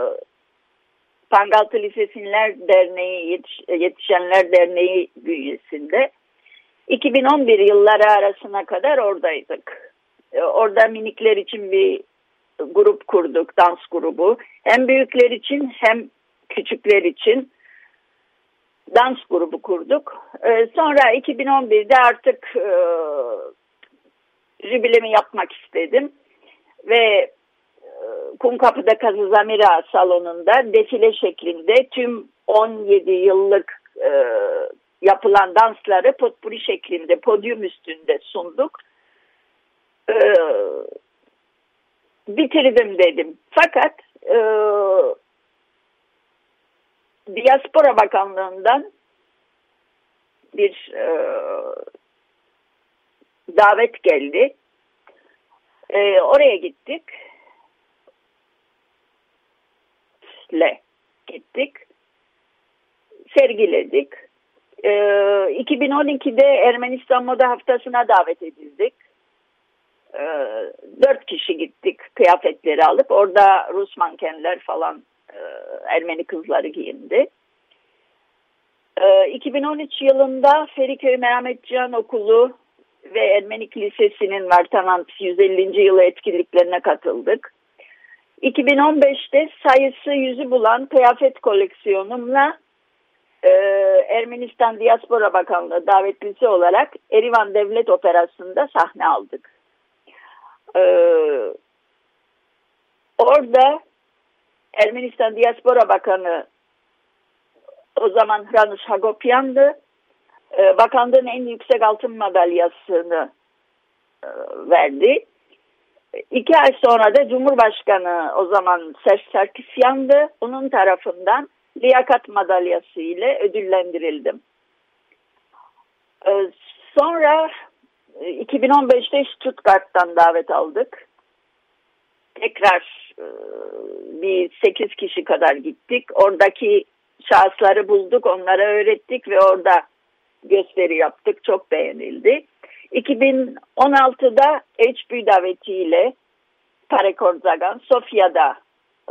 Pangaltı Lisesinler Derneği, Yetiş, Yetişenler Derneği bünyesinde. iki bin on bir yılları arasına kadar oradaydık. Ee, orada minikler için bir grup kurduk, dans grubu. Hem büyükler için hem küçükler için dans grubu kurduk. Ee, sonra iki bin on birde artık e, jübilemi yapmak istedim. Ve e, Kumkapı'da Kazı Zamira salonunda defile şeklinde tüm on yedi yıllık e, yapılan dansları potpuri şeklinde podyum üstünde sunduk. E, bitirdim dedim. Fakat e, Diaspora Bakanlığı'ndan bir e, davet geldi. E, oraya gittik. Le gittik. Sergiledik. E, iki bin on ikide Ermenistan Moda Haftası'na davet edildik. E, dört kişi gittik kıyafetleri alıp. Orada Rus mankenler falan e, Ermeni kızları giyindi. E, iki bin on üç yılında Feriköy Mehmet Cihan Okulu ve Ermenik Lisesi'nin Vartanant yüz ellinci yılı etkinliklerine katıldık. iki bin on beşte sayısı yüzü bulan kıyafet koleksiyonumla e, Ermenistan Diaspora Bakanlığı davetlisi olarak Erivan Devlet Operası'nda sahne aldık. E, orada Ermenistan Diaspora Bakanı o zaman Hranish Hagopian'dı. E, bakanlığın en yüksek altın madalyasını e, verdi. İki ay sonra da Cumhurbaşkanı o zaman Serj Sarkisyan'dı. Onun tarafından liyakat madalyası ile ödüllendirildim. Ee, sonra iki bin on beşte Stuttgart'tan davet aldık. Tekrar e, bir sekiz kişi kadar gittik. Oradaki şahısları bulduk, onlara öğrettik ve orada gösteri yaptık. Çok beğenildi. iki bin on altıda H B davetiyle Parekord Zagan Sofya'da e,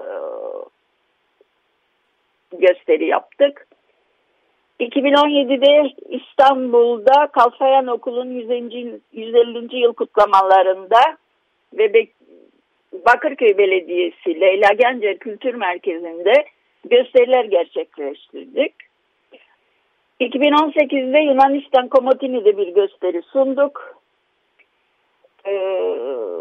gösteri yaptık. iki bin on yedide İstanbul'da Kalfayan Okulu'nun yüz ellinci yıl kutlamalarında ve Bakırköy Belediyesi Leyla Gencer Kültür Merkezi'nde gösteriler gerçekleştirdik. iki bin on sekizde Yunanistan Komotini'de bir gösteri sunduk. Ee,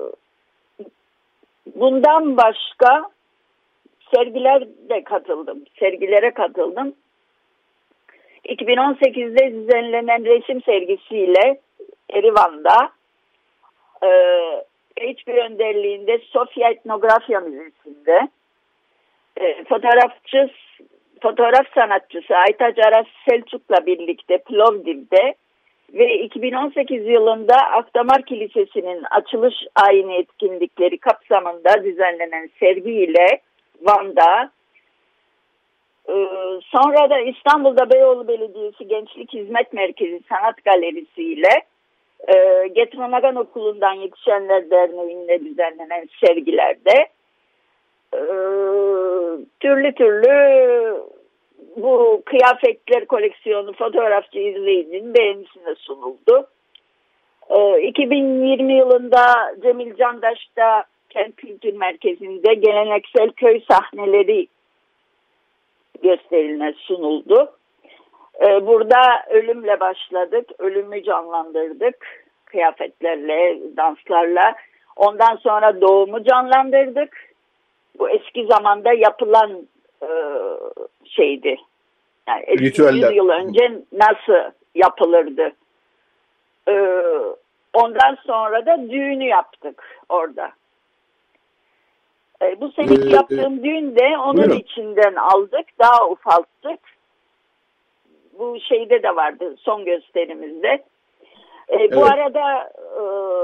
bundan başka sergilerde katıldım. Sergilere katıldım. iki bin on sekizde düzenlenen resim sergisiyle Erivan'da e, H B önderliğinde Sofya Etnografya Müzesi'nde e, fotoğrafçı fotoğraf sanatçısı Aytaç Aras Selçuk'la birlikte Plovdiv'de ve iki bin on sekiz yılında Akdamar Kilisesi'nin açılış ayini etkinlikleri kapsamında düzenlenen sergiyle Van'da, ee, sonra da İstanbul'da Beyoğlu Belediyesi Gençlik Hizmet Merkezi Sanat Galerisi ile e, Getronagan Okulu'ndan Yetişenler Derneği'nde düzenlenen sergilerde e, türlü türlü bu kıyafetler koleksiyonu fotoğrafçı izleyicinin beğenisine sunuldu. E, iki bin yirmi yılında Cemil Candaş'ta Kent Kültür Merkezi'nde geleneksel köy sahneleri gösteriline sunuldu. Ee, burada ölümle başladık. Ölümü canlandırdık. Kıyafetlerle, danslarla. Ondan sonra doğumu canlandırdık. Bu eski zamanda yapılan e, şeydi. Yani eski yüz yıl önce nasıl yapılırdı. Ee, ondan sonra da düğünü yaptık orada. Bu seneki ee, yaptığım e, düğün de onun buyurun. içinden aldık. Daha ufalttık. Bu şeyde de vardı son gösterimizde. E, evet. Bu arada e,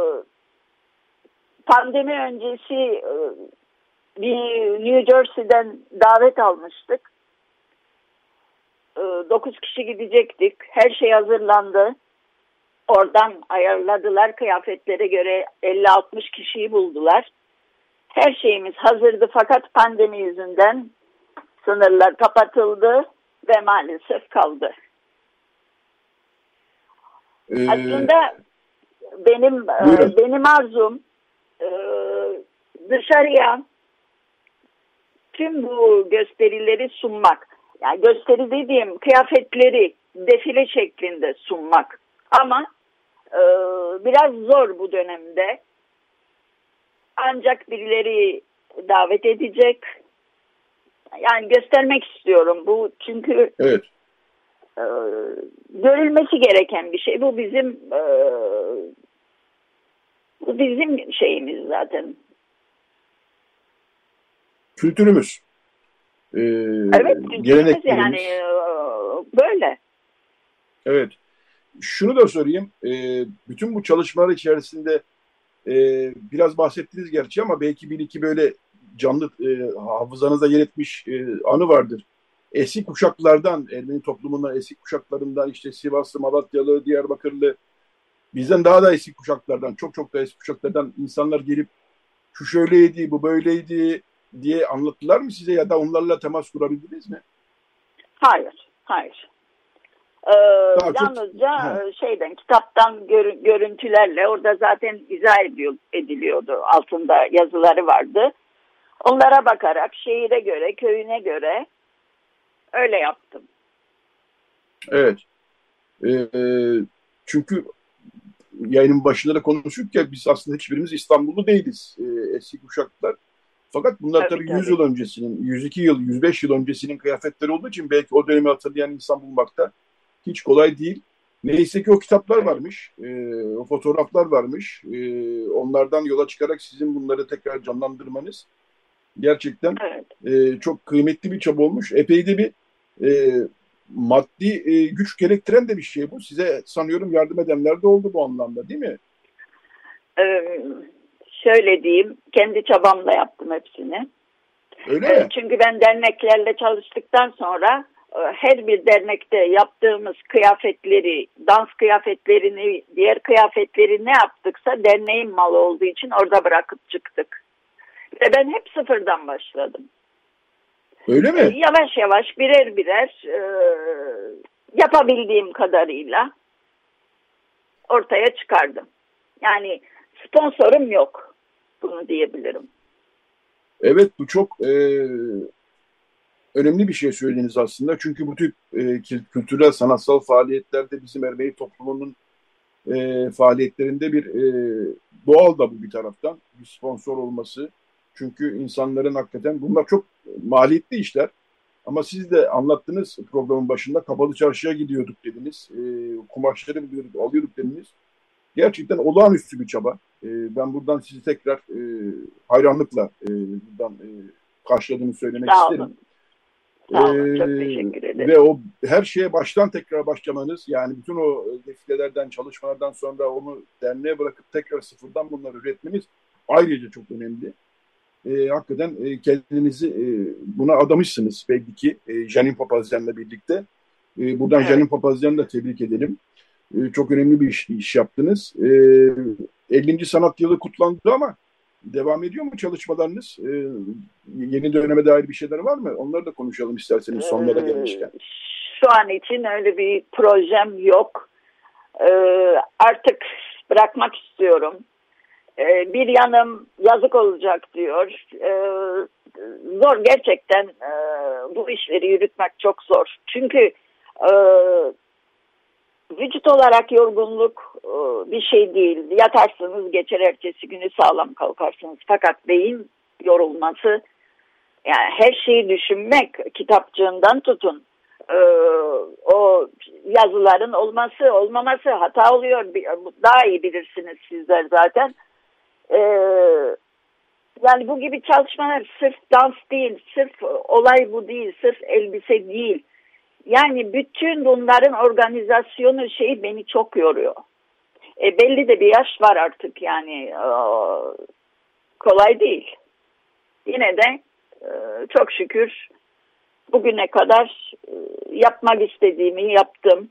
pandemi öncesi e, bir New Jersey'den davet almıştık. E, dokuz kişi gidecektik. Her şey hazırlandı. Oradan ayarladılar. Kıyafetlere göre elli altmış kişiyi buldular. Her şeyimiz hazırdı fakat pandemi yüzünden sınırlar kapatıldı ve maalesef kaldı. Ee, Aslında benim buyurun. benim arzum dışarıya tüm bu gösterileri sunmak. Yani gösteri dediğim kıyafetleri defile şeklinde sunmak. Ama biraz zor bu dönemde. Ancak birileri davet edecek. Yani göstermek istiyorum. Bu çünkü evet. e, görülmesi gereken bir şey. Bu bizim e, bu bizim şeyimiz zaten. Kültürümüz. e, Evet, kültürümüz yani e, böyle. Evet. Şunu da sorayım. E, bütün bu çalışmalar içerisinde e, biraz bahsettiniz gerçi ama belki bir iki böyle canlı e, hafızanızda yer etmiş e, anı vardır. Eski kuşaklardan, Ermeni toplumundan, eski kuşaklarından işte Sivaslı, Malatyalı, Diyarbakırlı, bizden daha da eski kuşaklardan, çok çok da eski kuşaklardan insanlar gelip şu şöyleydi, bu böyleydi diye anlattılar mı size ya da onlarla temas kurabildiniz mi? Hayır, hayır. Ee, yalnızca çok... şeyden, kitaptan gör, görüntülerle, orada zaten izah ediyor, ediliyordu. Altında yazıları vardı. Onlara bakarak şehire göre, köyüne göre öyle yaptım. Evet. Ee, çünkü yayının başında da konuştuk ya, biz aslında hiçbirimiz İstanbullu değiliz. Ee, eski kuşaklar. Fakat bunlar tabii, tabii yüz yıl öncesinin, yüz iki yıl, yüz beş yıl öncesinin kıyafetleri olduğu için belki o dönemi hatırlayan insan bulmakta hiç kolay değil. Neyse ki o kitaplar varmış, e, o fotoğraflar varmış. E, onlardan yola çıkarak sizin bunları tekrar canlandırmanız gerçekten evet. e, çok kıymetli bir çaba olmuş. Epey de bir e, maddi e, güç gerektiren de bir şey bu. Size sanıyorum yardım edenler de oldu bu anlamda, değil mi? Ee, şöyle diyeyim, kendi çabamla yaptım hepsini. Öyle ee, mi? Çünkü ben derneklerle çalıştıktan sonra her bir dernekte yaptığımız kıyafetleri, dans kıyafetlerini, diğer kıyafetleri ne yaptıksa derneğin malı olduğu için orada bırakıp çıktık. Ve ben hep sıfırdan başladım. Öyle mi? Ee, yavaş yavaş birer birer e, yapabildiğim kadarıyla ortaya çıkardım. Yani sponsorum yok. Bunu diyebilirim. Evet, bu çok e, önemli bir şey söylediniz aslında. Çünkü bu tip e, kültürel, sanatsal faaliyetlerde bizim Ermeni toplumunun e, faaliyetlerinde bir e, doğal da bu bir taraftan. Bir sponsor olması. Çünkü insanların hakikaten bunlar çok maliyetli işler. Ama siz de anlattınız programın başında, Kapalı Çarşı'ya gidiyorduk dediniz. E, kumaşları alıyorduk dediniz. Gerçekten olağanüstü bir çaba. E, ben buradan sizi tekrar e, hayranlıkla e, buradan e, karşıladığımı söylemek Sağ isterim. olun. Sağ olun. Çok teşekkür ederim. Ve o her şeye baştan tekrar başlamanız, yani bütün o defilelerden, çalışmalardan sonra onu derneğe bırakıp tekrar sıfırdan bunları üretmeniz ayrıca çok önemli. E, hakikaten e, kendinizi e, buna adamışsınız belli ki e, Janin Papazyan'la birlikte. E, buradan evet. Janin Papazyan'ı da tebrik edelim. E, çok önemli bir iş, iş yaptınız. E, ellinci sanat yılı kutlandı ama devam ediyor mu çalışmalarınız? Ee, yeni döneme dair bir şeyler var mı? Onları da konuşalım isterseniz sonlara gelmişken. Şu an için öyle bir projem yok. Ee, artık bırakmak istiyorum. Ee, bir yanım yazık olacak diyor. Ee, zor gerçekten, e, bu işleri yürütmek çok zor. Çünkü e, vücut olarak yorgunluk bir şey değil. Yatarsınız, geçer ertesi günü sağlam kalkarsınız. Fakat beyin yorulması, yani her şeyi düşünmek, kitapçığından tutun, o yazıların olması, olmaması, hata oluyor. Daha iyi bilirsiniz sizler zaten. Yani bu gibi çalışmalar sırf dans değil, sırf olay bu değil, sırf elbise değil. Yani bütün bunların organizasyonu şeyi beni çok yoruyor. E, belli de bir yaş var artık, yani e, kolay değil. Yine de e, çok şükür bugüne kadar e, yapmak istediğimi yaptım.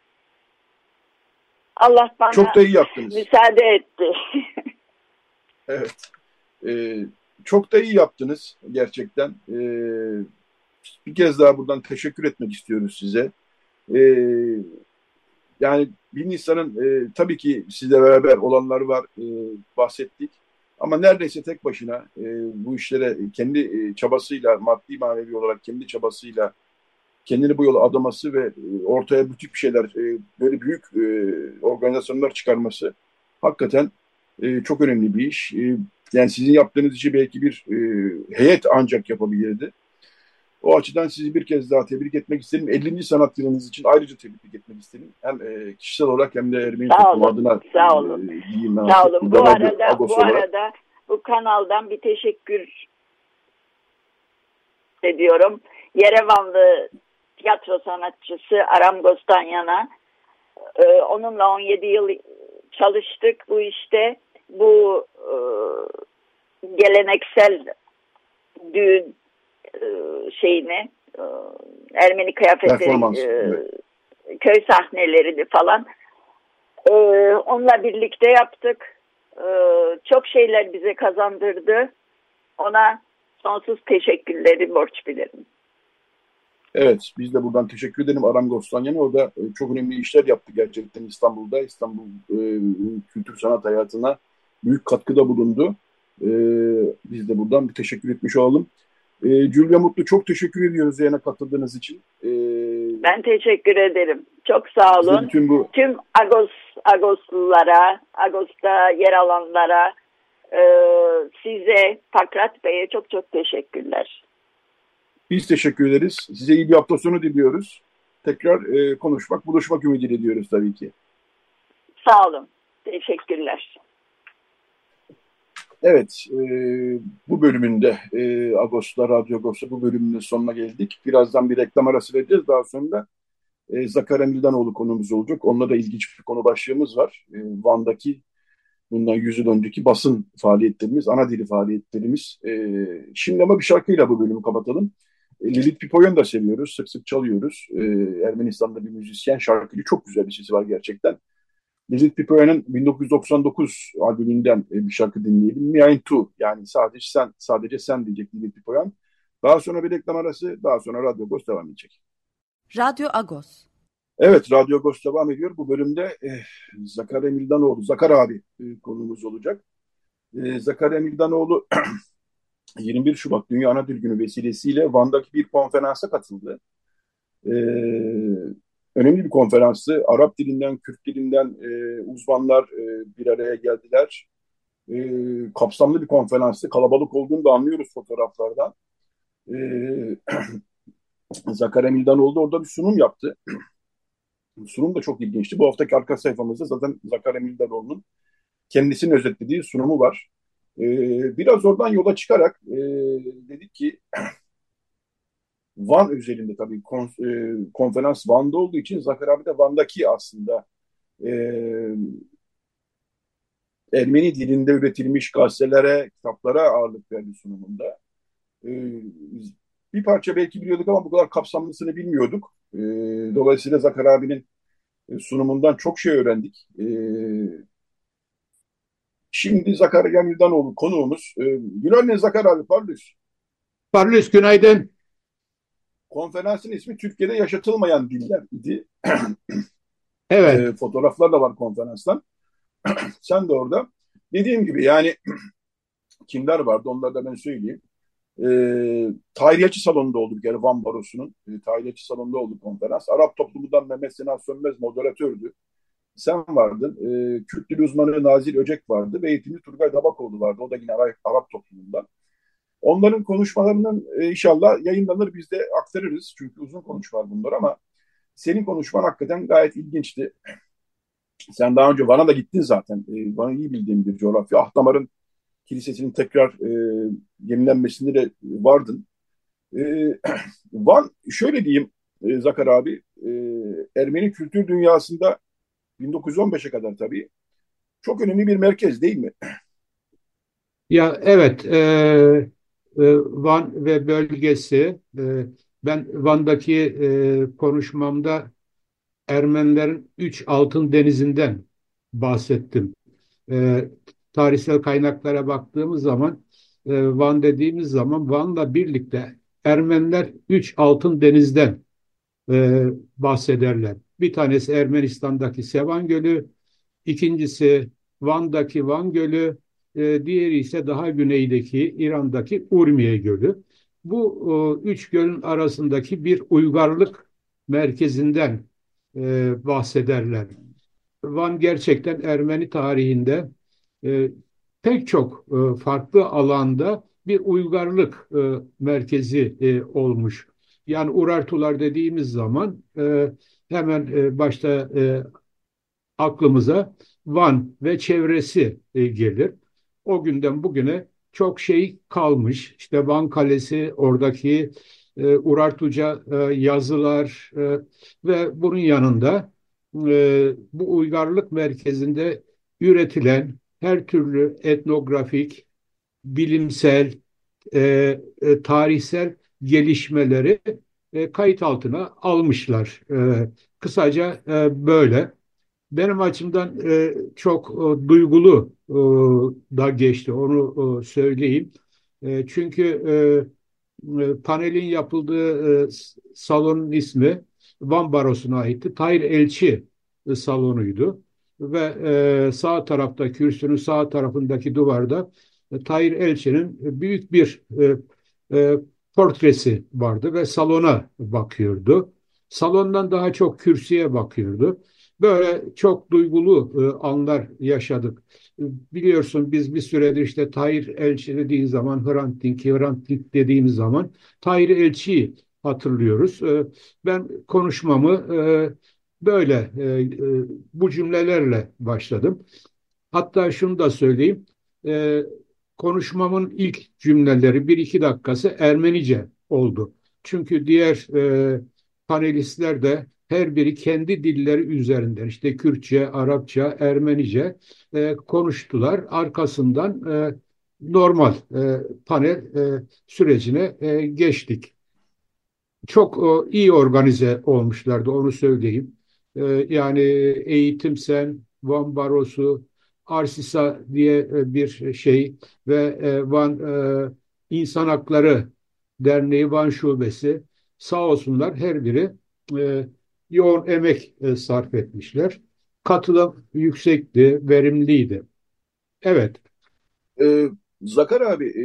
Allah bana çok da iyi yaptınız. Müsaade etti. Evet. Ee, çok da iyi yaptınız gerçekten. Ee, bir kez daha buradan teşekkür etmek istiyoruz size. Ee, yani bir insanın e, tabii ki sizle beraber olanlar var, e, bahsettik. Ama neredeyse tek başına e, bu işlere kendi e, çabasıyla, maddi manevi olarak kendi çabasıyla kendini bu yola adaması ve e, ortaya bu tip şeyler, e, böyle büyük e, organizasyonlar çıkarması hakikaten e, çok önemli bir iş. E, yani sizin yaptığınız işi belki bir e, heyet ancak yapabilirdi. O açıdan sizi bir kez daha tebrik etmek isterim. ellinci sanat yılınız için ayrıca tebrik etmek isterim. Hem e, kişisel olarak hem de Ermeni toplum adına. Sağ olun. E, diyeyim ben. Sağ olun. Bu arada, bu arada bu kanaldan bir teşekkür bahsediyorum. Yerevanlı tiyatro sanatçısı Aram Gostanyan'a. Ee, onunla on yedi yıl çalıştık bu işte. Bu e, geleneksel düğün e, şeyini, e, Ermeni kıyafetleri, e, evet. köy sahnelerini falan e, onunla birlikte yaptık. E, çok şeyler bize kazandırdı. Ona sonsuz teşekkürleri borç bilirim. Evet, biz de buradan teşekkür edelim Aram Gostanyan'a. O da e, çok önemli işler yaptı gerçekten İstanbul'da. İstanbul e, kültür sanat hayatına büyük katkıda bulundu. E, biz de buradan bir teşekkür etmiş olalım. E, Julia Mutlu, çok teşekkür ediyoruz yayına katıldığınız için. E, ben teşekkür ederim. Çok sağ olun. Bu... Tüm Agos, Agoslulara, Agos'ta yer alanlara, e, size, Pakrat Bey'e çok çok teşekkürler. Biz teşekkür ederiz. Size iyi bir hafta sonu diliyoruz. Tekrar e, konuşmak, buluşmak ümidiyle diyoruz tabii ki. Sağ olun. Teşekkürler. Evet, e, bu bölümünde e, Agos'ta, Radyo Agos'ta bu bölümünün sonuna geldik. Birazdan bir reklam arası vereceğiz. Daha sonra e, Zakarya Mildanoğlu konumuz olacak. Onunla da ilginç bir konu başlığımız var. E, Van'daki bundan yüz yıl önceki basın faaliyetlerimiz, ana dili faaliyetlerimiz. E, şimdi ama bir şarkıyla bu bölümü kapatalım. E, Lilith Pipoyon'u da seviyoruz, sık sık çalıyoruz. E, Ermenistan'da bir müzisyen, şarkıcı, çok güzel bir sesi var gerçekten. Lilith Pipoyon'un bin dokuz yüz doksan dokuz albümünden e, bir şarkı dinleyelim. Me and Tu, yani sadece sen, sadece sen diyecek Lilith Pipoyon. Daha sonra bir reklam arası, daha sonra Radyo Agos devam edecek. Radyo Agos. Evet, Radyo Agos devam ediyor. Bu bölümde e, Zakarya Mildanoğlu, Zakar abi e, konumuz olacak. E, Zakarya Mildanoğlu yirmi bir Şubat Dünya Ana Dil Günü vesilesiyle Van'daki bir konferansa katıldı. E, önemli bir konferanstı. Arap dilinden, Kürt dilinden e, uzmanlar e, bir araya geldiler. E, kapsamlı bir konferanstı. Kalabalık olduğunu da anlıyoruz fotoğraflardan. E, Zakarya Mildanoğlu orada bir sunum yaptı. Sunum da çok ilginçti. Bu haftaki arka sayfamızda zaten Zakarya Mildanoğlu'nun kendisini özetlediği sunumu var. Ee, biraz oradan yola çıkarak e, dedik ki Van özelinde tabii kon, e, konferans Van'da olduğu için Zafer abi de Van'daki aslında e, Ermeni dilinde üretilmiş gazetelere, kitaplara ağırlık verdi sunumunda. E, bir parça belki biliyorduk ama bu kadar kapsamlısını bilmiyorduk. E, dolayısıyla Zafer abinin sunumundan çok şey öğrendik. E, Şimdi Zakarya Mildanoğlu konuğumuz. Ee, günaydın Zakar abi, parlıyız. Parlıyız, günaydın. Konferansın ismi Türkiye'de Yaşatılmayan Diller idi. Evet. Ee, fotoğraflar da var konferanstan. Sen de orada. Dediğim gibi yani kimler vardı onları da ben söyleyeyim. Ee, Tahiriyatçı Salonu'nda oldu bir kere, Van Barosu'nun. E, Tahiriyatçı Salonu'nda oldu konferans. Arap toplumundan Mehmet Sinan Sönmez moderatördü. Sen vardın. E, Kürt dil uzmanı Nazil Öcek vardı ve eğitimci Turgay Dabakoğlu vardı. O da yine Arap, Arap toplumundan. Onların konuşmalarının e, inşallah yayınlanır, biz de aktarırız. Çünkü uzun konuşmalar bunlar ama senin konuşman hakikaten gayet ilginçti. Sen daha önce Van'a da gittin zaten. E, Van'ı iyi bildiğin bir coğrafya. Ahtamar'ın kilisesinin tekrar e, yenilenmesinde de vardın. E, Van, şöyle diyeyim e, Zakar abi, e, Ermeni kültür dünyasında bin dokuz yüz on beşe kadar tabii çok önemli bir merkez değil mi? Ya evet, e, e, Van ve bölgesi, e, ben Van'daki e, konuşmamda Ermenilerin üç altın denizinden bahsettim. E, tarihsel kaynaklara baktığımız zaman e, Van dediğimiz zaman Van'la birlikte Ermeniler üç altın denizden e, bahsederler. Bir tanesi Ermenistan'daki Sevan Gölü, ikincisi Van'daki Van Gölü, e, diğeri ise daha güneydeki İran'daki Urmiye Gölü. Bu e, üç gölün arasındaki bir uygarlık merkezinden e, bahsederler. Van gerçekten Ermeni tarihinde e, pek çok e, farklı alanda bir uygarlık e, merkezi e, olmuş. Yani Urartular dediğimiz zaman e, hemen e, başta e, aklımıza Van ve çevresi e, gelir. O günden bugüne çok şey kalmış. İşte Van Kalesi, oradaki e, Urartuca e, yazılar e, ve bunun yanında e, bu uygarlık merkezinde üretilen her türlü etnografik, bilimsel, e, e, tarihsel gelişmeleri e, kayıt altına almışlar. E, kısaca e, böyle. Benim açımdan e, çok e, duygulu e, da geçti, onu e, söyleyeyim. E, çünkü e, e, panelin yapıldığı e, salonun ismi Van Barosu'na aitti. Tahir Elçi e, salonuydu. Ve e, sağ tarafta, kürsünün sağ tarafındaki duvarda e, Tahir Elçi'nin büyük bir e, e, portresi vardı ve salona bakıyordu. Salondan daha çok kürsüye bakıyordu. Böyle çok duygulu e, anlar yaşadık. E, Biliyorsun biz bir süredir işte Tahir Elçi dediğin zaman Hrant Dink, Hrant Dink dediğimiz zaman Tahir Elçi'yi hatırlıyoruz. E, ben konuşmamı e, böyle e, e, bu cümlelerle başladım. Hatta şunu da söyleyeyim. E, konuşmamın ilk cümleleri bir iki dakikası Ermenice oldu. Çünkü diğer e, panelistler de her biri kendi dilleri üzerinden işte Kürtçe, Arapça, Ermenice e, konuştular. Arkasından e, normal e, panel e, sürecine e, geçtik. Çok e, iyi organize olmuşlardı, onu söyleyeyim. E, yani Eğitim Sen, Van Barosu, Arsisa diye e, bir şey ve e, Van e, İnsan Hakları Derneği Van Şubesi sağ olsunlar, her biri e, yoğun emek e, sarf etmişler. Katılım yüksekti, verimliydi. Evet. Ee, Zakar abi, e,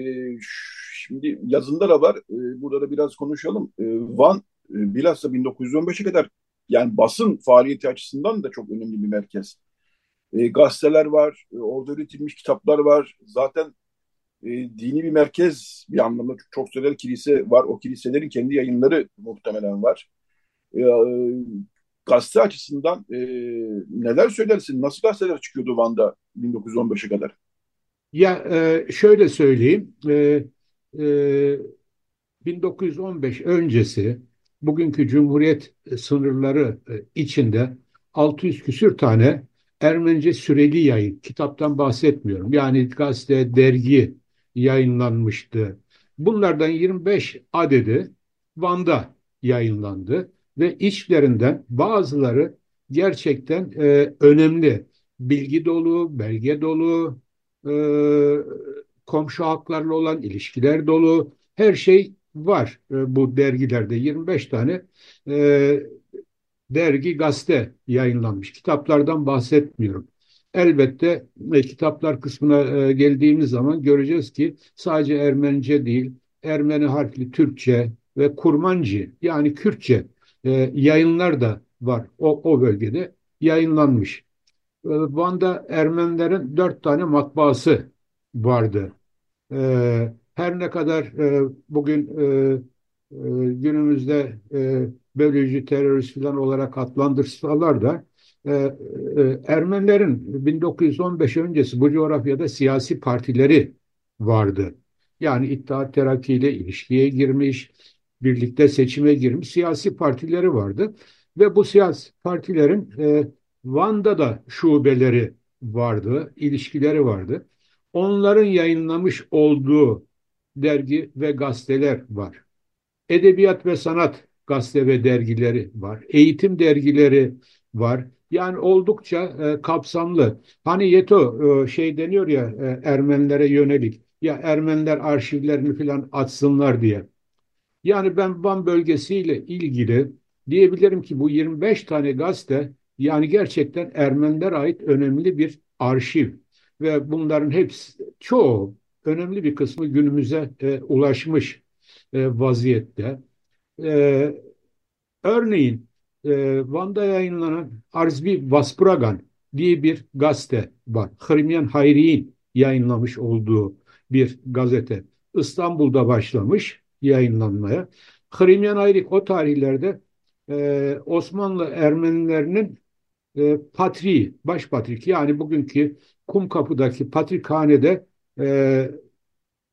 şimdi yazında da var. E, burada da biraz konuşalım. E, Van e, bilhassa bin dokuz yüz on beşe kadar yani basın faaliyeti açısından da çok önemli bir merkez. E, gazeteler var, e, orada üretilmiş kitaplar var. Zaten e, dini bir merkez bir anlamda çok sayıda kilise var. O kiliselerin kendi yayınları muhtemelen var. E, e, Gazete açısından e, neler söylersin? Nasıl gazeteler çıkıyordu Van'da bin dokuz yüz on beşe kadar? Ya e, şöyle söyleyeyim. E, e, bin dokuz yüz on beş öncesi bugünkü Cumhuriyet sınırları e, içinde altı yüz küsür tane Ermenice süreli yayın, kitaptan bahsetmiyorum. Yani gazete, dergi yayınlanmıştı. Bunlardan yirmi beş adedi Van'da yayınlandı ve içlerinden bazıları gerçekten e, önemli, bilgi dolu, belge dolu, e, komşu halklarla olan ilişkiler dolu, her şey var e, bu dergilerde. yirmi beş tane e, dergi, gazete yayınlanmış. Kitaplardan bahsetmiyorum. Elbette e, kitaplar kısmına e, geldiğimiz zaman göreceğiz ki sadece Ermenice değil, Ermeni harfli Türkçe ve Kurmancı yani Kürtçe e, yayınlar da var. O, o bölgede yayınlanmış. E, Van'da Ermenilerin dört tane matbaası vardı. Ee, her ne kadar e, bugün e, e, günümüzde e, bölücü terörist falan olarak adlandırsalar da e, e, Ermenilerin bin dokuz yüz on beş öncesi bu coğrafyada siyasi partileri vardı. Yani İttihat Terakki ile ilişkiye girmiş, birlikte seçime girmiş siyasi partileri vardı. Ve bu siyasi partilerin e, Van'da da şubeleri vardı, ilişkileri vardı. Onların yayınlamış olduğu dergi ve gazeteler var. Edebiyat ve sanat gazete ve dergileri var. Eğitim dergileri var. Yani oldukça e, kapsamlı. Hani Yeto e, şey deniyor ya e, Ermenilere yönelik. Ya Ermeniler arşivlerini falan açsınlar diye. Yani ben Van bölgesiyle ilgili diyebilirim ki bu yirmi beş tane gazete yani gerçekten Ermenilere ait önemli bir arşiv ve bunların hepsi çoğu önemli bir kısmı günümüze e, ulaşmış e, vaziyette. E, Örneğin e, Van'da yayınlanan Arzbi Vaspuragan diye bir gazete var. Hırımyan Hayri'nin yayınlamış olduğu bir gazete. İstanbul'da başlamış yayınlanmaya. Hırımyan Hayri o tarihlerde e, Osmanlı Ermenilerinin e, patriği, baş patrik yani bugünkü Kumkapı'daki patrikhanede e,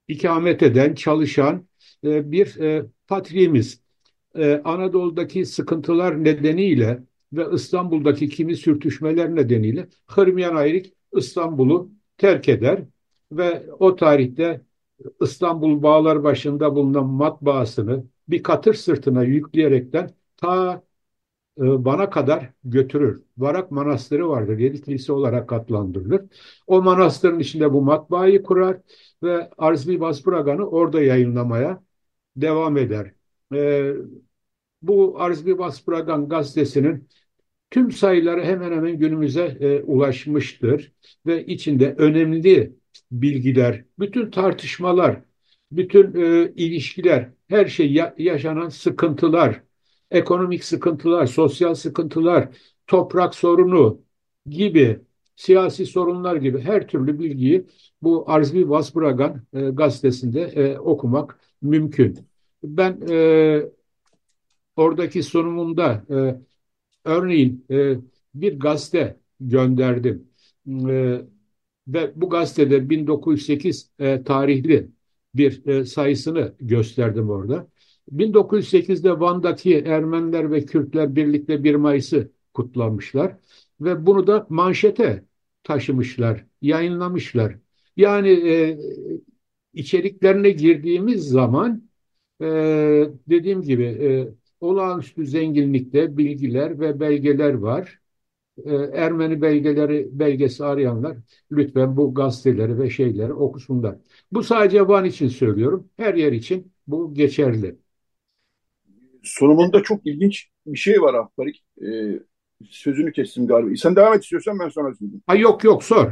ikamet eden, çalışan e, bir e, patriğimiz. E, Anadolu'daki sıkıntılar nedeniyle ve İstanbul'daki kimi sürtüşmeler nedeniyle Hırmiyan Ayrık İstanbul'u terk eder ve o tarihte İstanbul Bağlarbaşı'nda bulunan matbaasını bir katır sırtına yükleyerekten ta e, Van'a kadar götürür. Varak Manastırı vardır. Yedi kilise olarak adlandırılır. O manastırın içinde bu matbaayı kurar ve Arzbi Basburagan'ı orada yayınlamaya devam eder. E, Bu Arzbi Basburagan gazetesinin tüm sayıları hemen hemen günümüze e, ulaşmıştır ve içinde önemli bilgiler, bütün tartışmalar, bütün e, ilişkiler, her şey ya- yaşanan sıkıntılar, ekonomik sıkıntılar, sosyal sıkıntılar, toprak sorunu gibi, siyasi sorunlar gibi her türlü bilgiyi bu Arzbi Vasburagan e, gazetesinde e, okumak mümkün. Ben e, oradaki sunumumda e, örneğin e, bir gazete gönderdim. E, Ve bu gazetede bin dokuz yüz sekiz e, tarihli bir e, sayısını gösterdim orada. bin dokuz yüz sekizde Van'daki Ermeniler ve Kürtler birlikte bir Mayıs'ı kutlamışlar ve bunu da manşete taşımışlar, yayınlamışlar. Yani e, içeriklerine girdiğimiz zaman e, dediğim gibi e, olağanüstü zenginlikte bilgiler ve belgeler var. E, Ermeni belgeleri belgesi arayanlar lütfen bu gazeteleri ve şeyleri okusunlar. Bu sadece Van için söylüyorum. Her yer için bu geçerli. Sunumunda çok ilginç bir şey var Ahbarik. Ee, sözünü kestim galiba. Sen devam et istiyorsan ben sana söyleyeyim. Ha yok yok sor.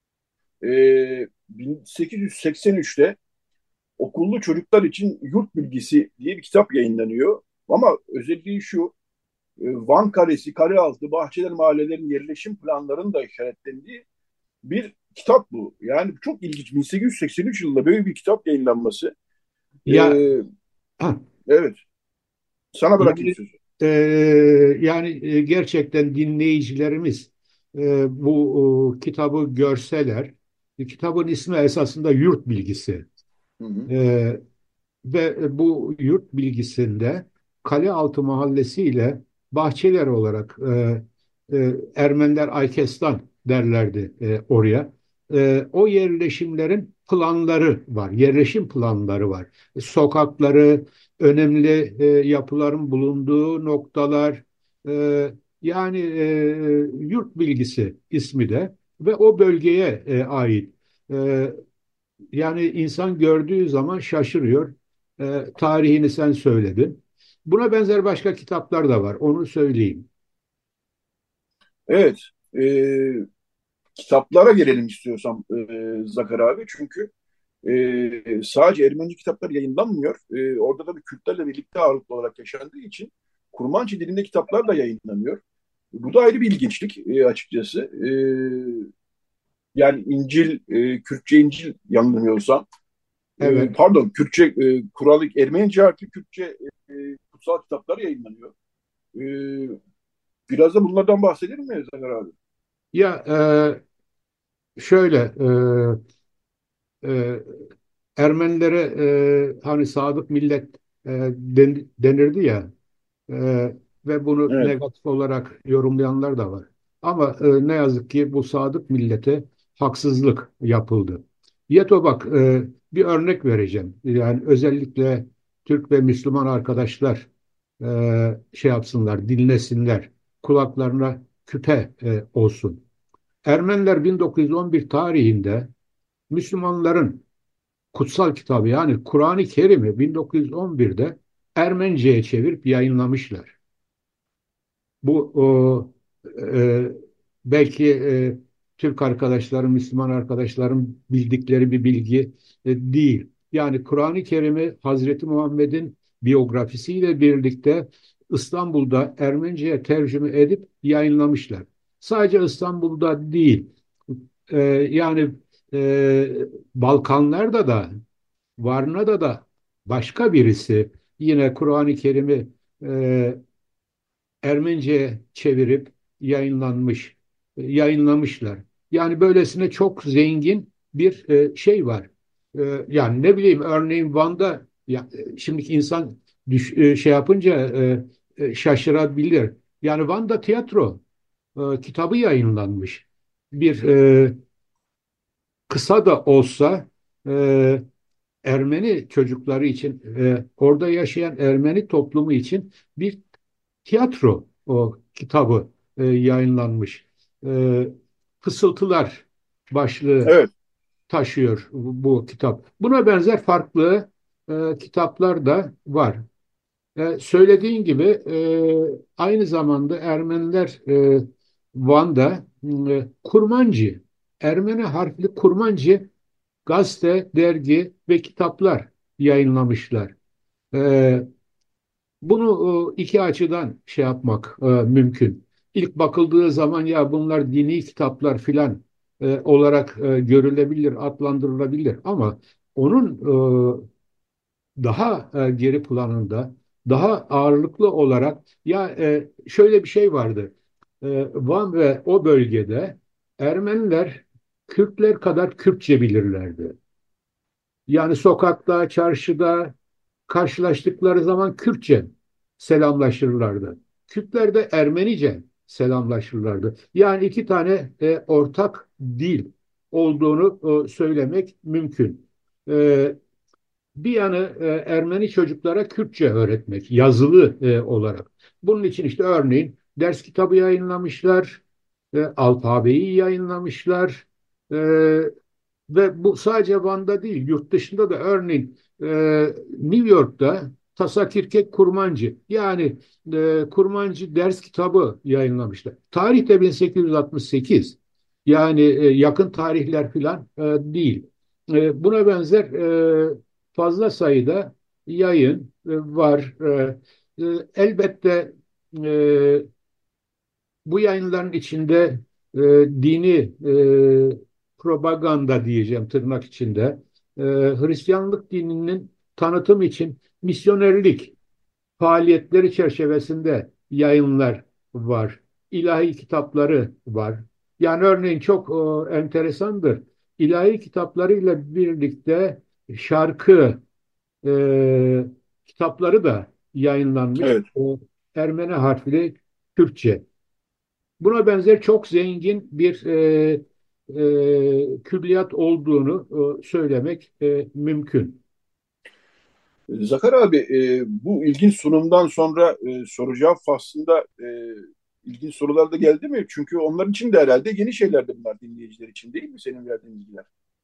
Ee, bin sekiz yüz seksen üçte okullu çocuklar için Yurt Bilgisi diye bir kitap yayınlanıyor. Ama özelliği şu, e, Van Kalesi, Kalealtı, Bahçeler mahallelerin yerleşim planlarının da işaretlendiği bir kitap bu. Yani çok ilginç. bin sekiz yüz seksen üç yılında böyle bir kitap yayınlanması. Ya Ee, ha, evet, sana bırakayım yani sözü. e, yani e, gerçekten dinleyicilerimiz e, bu o, kitabı görseler, e, kitabın ismi esasında Yurt Bilgisi. Hı hı. E, Ve bu yurt bilgisinde Kalealtı Mahallesi ile Bahçeler olarak e, e, Ermeniler Aykestan derlerdi e, oraya. E, o yerleşimlerin planları var, yerleşim planları var. Sokakları, önemli e, yapıların bulunduğu noktalar, e, yani e, yurt bilgisi ismi de ve o bölgeye e, ait. E, Yani insan gördüğü zaman şaşırıyor. Ee, tarihini sen söyledin. Buna benzer başka kitaplar da var. Onu söyleyeyim. Evet, e, kitaplara gelelim istiyorsam e, Zakar abi. Çünkü e, sadece Ermenice kitaplar yayınlanmıyor. E, orada da bir Kürtlerle birlikte ağırlıklı olarak yaşandığı için Kurmançı dilinde kitaplar da yayınlanıyor. Bu da ayrı bir ilginçlik e, açıkçası. E, yani İncil, e, Kürtçe İncil yanılmıyorsam, e, Evet. pardon Kürtçe, e, Kur'an-ı Ermenice artı Kürtçe e, kutsal kitaplar yayınlanıyor. E, biraz da bunlardan bahsedelim mi Zafer abi? Ya e, şöyle e, e, Ermenilere e, hani sadık millet e, den- denirdi ya. Ee, ve bunu Evet. negatif olarak yorumlayanlar da var. Ama e, ne yazık ki bu sadık millete haksızlık yapıldı. Yeto bak e, bir örnek vereceğim. Yani özellikle Türk ve Müslüman arkadaşlar e, şey yapsınlar, dinlesinler. Kulaklarına küpe e, olsun. Ermeniler bin dokuz yüz on bir tarihinde Müslümanların kutsal kitabı yani Kur'an-ı Kerim'i bin dokuz yüz on birde Ermenice'ye çevirip yayınlamışlar. Bu o, e, belki e, Türk arkadaşlarım, Müslüman arkadaşlarım bildikleri bir bilgi e, değil. Yani Kur'an-ı Kerim'i Hazreti Muhammed'in biyografisiyle birlikte İstanbul'da Ermenice'ye tercüme edip yayınlamışlar. Sadece İstanbul'da değil, e, yani e, Balkanlarda da, Varna'da da başka birisi yine Kur'an-ı Kerim'i e, Ermenice'ye çevirip yayınlanmış, e, yayınlamışlar. Yani böylesine çok zengin bir e, şey var. e, yani ne bileyim örneğin Van'da ya, e, şimdiki insan düş, e, şey yapınca e, e, şaşırabilir. Yani Van'da tiyatro e, kitabı yayınlanmış. Bir e, kısa da olsa e, Ermeni çocukları için, e, orada yaşayan Ermeni toplumu için bir tiyatro o kitabı e, yayınlanmış. E, Fısıltılar başlığı Evet. taşıyor bu, bu kitap. Buna benzer farklı e, kitaplar da var. E, söylediğin gibi e, aynı zamanda Ermeniler e, Van'da e, kurmancı, Ermeni harfli kurmancı gazete, dergi ve kitaplar yayınlamışlar. E, Bunu e, iki açıdan şey yapmak e, mümkün. İlk bakıldığı zaman ya bunlar dini kitaplar filan e, olarak e, görülebilir, adlandırılabilir ama onun e, daha e, geri planında, daha ağırlıklı olarak ya e, şöyle bir şey vardı. E, Van ve o bölgede Ermeniler Kürtler kadar Kürtçe bilirlerdi. Yani sokakta, çarşıda karşılaştıkları zaman Kürtçe selamlaşırlardı. Kürtler de Ermenice selamlaşırlardı. Yani iki tane e, ortak dil olduğunu e, söylemek mümkün. E, Bir yanı e, Ermeni çocuklara Kürtçe öğretmek, yazılı e, olarak. Bunun için işte örneğin ders kitabı yayınlamışlar, e, alfabeyi yayınlamışlar, e, ve bu sadece Van'da değil, yurt dışında da örneğin e, New York'ta Tasakirkek Kurmancı yani e, Kurmancı ders kitabı yayınlamışlar. Tarih de bin sekiz yüz altmış sekiz. Yani e, yakın tarihler falan e, değil. E, buna benzer e, fazla sayıda yayın e, var. E, e, elbette e, bu yayınların içinde e, dini e, propaganda diyeceğim tırnak içinde e, Hristiyanlık dininin tanıtım için misyonerlik faaliyetleri çerçevesinde yayınlar var. İlahi kitapları var. Yani örneğin çok e, enteresandır. İlahi kitaplarıyla birlikte şarkı e, kitapları da yayınlanmış. Evet. O Ermeni harfli Türkçe. Buna benzer çok zengin bir e, e, külliyat olduğunu e, söylemek e, mümkün. Zakar abi, e, bu ilginç sunumdan sonra e, soru cevap faslında e, ilginç sorular da geldi mi? Çünkü onlar için de herhalde yeni şeyler de bunlar dinleyiciler için, değil mi senin verdiğin bilgiler?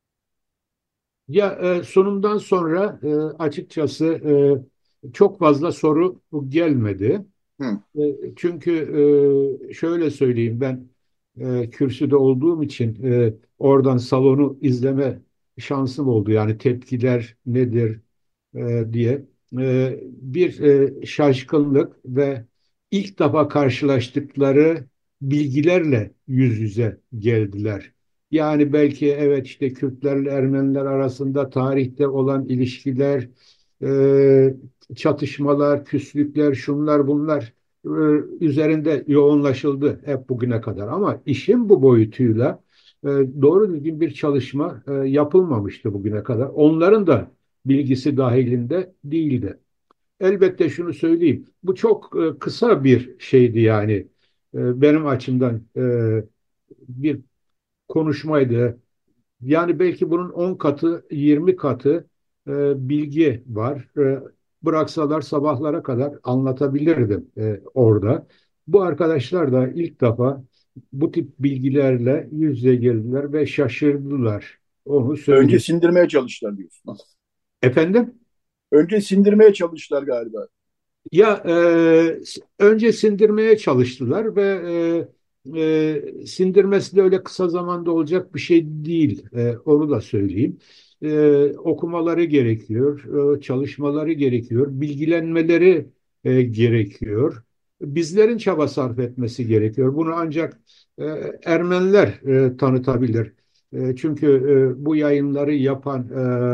Ya e, sunumdan sonra e, açıkçası e, çok fazla soru gelmedi. Hı. E, Çünkü e, şöyle söyleyeyim ben e, kürsüde olduğum için e, oradan salonu izleme şansım oldu. Yani tepkiler nedir e, diye E, bir e, şaşkınlık ve ilk defa karşılaştıkları bilgilerle yüz yüze geldiler. Yani belki evet işte Kürtlerle Ermeniler arasında tarihte olan ilişkiler, e, çatışmalar, küslükler, şunlar bunlar e, üzerinde yoğunlaşıldı hep bugüne kadar. Ama işin bu boyutuyla e, doğru düzgün bir çalışma e, yapılmamıştı bugüne kadar. Onların da bilgisi dahilinde değildi. Elbette şunu söyleyeyim. Bu çok e, kısa bir şeydi yani. E, benim açımdan e, bir konuşmaydı. Yani belki bunun on katı, yirmi katı e, bilgi var. E, bıraksalar sabahlara kadar anlatabilirdim e, orada. Bu arkadaşlar da ilk defa bu tip bilgilerle yüz yüze geldiler ve şaşırdılar. Onu Önce söyleyeyim. sindirmeye çalıştılar diyorsun. Efendim? Önce sindirmeye çalıştılar galiba. Ya e, önce sindirmeye çalıştılar ve e, e, sindirmesi de öyle kısa zamanda olacak bir şey değil. E, onu da söyleyeyim. E, okumaları gerekiyor, e, çalışmaları gerekiyor, bilgilenmeleri e, gerekiyor. Bizlerin çaba sarf etmesi gerekiyor. Bunu ancak e, Ermeniler e, tanıtabilir. E, çünkü e, bu yayınları yapan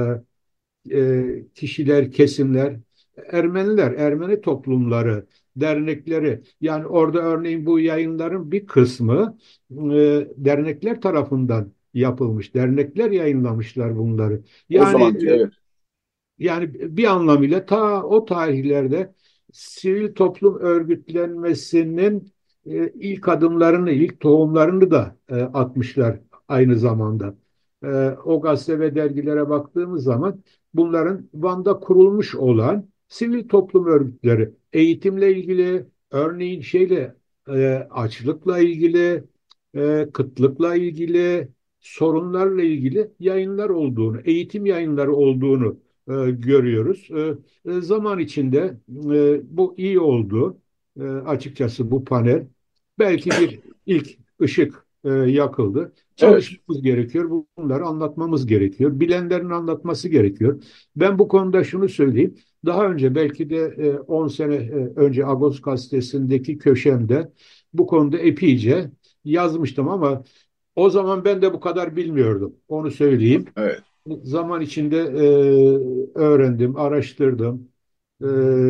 e, kişiler, kesimler, Ermeniler, Ermeni toplumları, dernekleri, yani orada örneğin bu yayınların bir kısmı e, dernekler tarafından yapılmış. Dernekler yayınlamışlar bunları. O Yani zamanki, e, evet. yani bir anlamıyla ta o tarihlerde sivil toplum örgütlenmesinin e, ilk adımlarını, ilk tohumlarını da e, atmışlar aynı zamanda. E, o gazete ve dergilere baktığımız zaman bunların Van'da kurulmuş olan sivil toplum örgütleri, eğitimle ilgili, örneğin şeyle, e, açlıkla ilgili, e, kıtlıkla ilgili, sorunlarla ilgili yayınlar olduğunu, eğitim yayınları olduğunu e, görüyoruz. E, e, zaman içinde e, bu iyi oldu. E, açıkçası bu panel. Belki bir ilk ışık e, yakıldı. Evet, Çalışmamız gerekiyor. Bunları anlatmamız gerekiyor. Bilenlerin anlatması gerekiyor. Ben bu konuda şunu söyleyeyim. Daha önce belki de e, on sene e, önce Agos gazetesindeki köşemde bu konuda epeyce yazmıştım ama o zaman ben de bu kadar bilmiyordum. Onu söyleyeyim. evet, Zaman içinde e, öğrendim, araştırdım. E,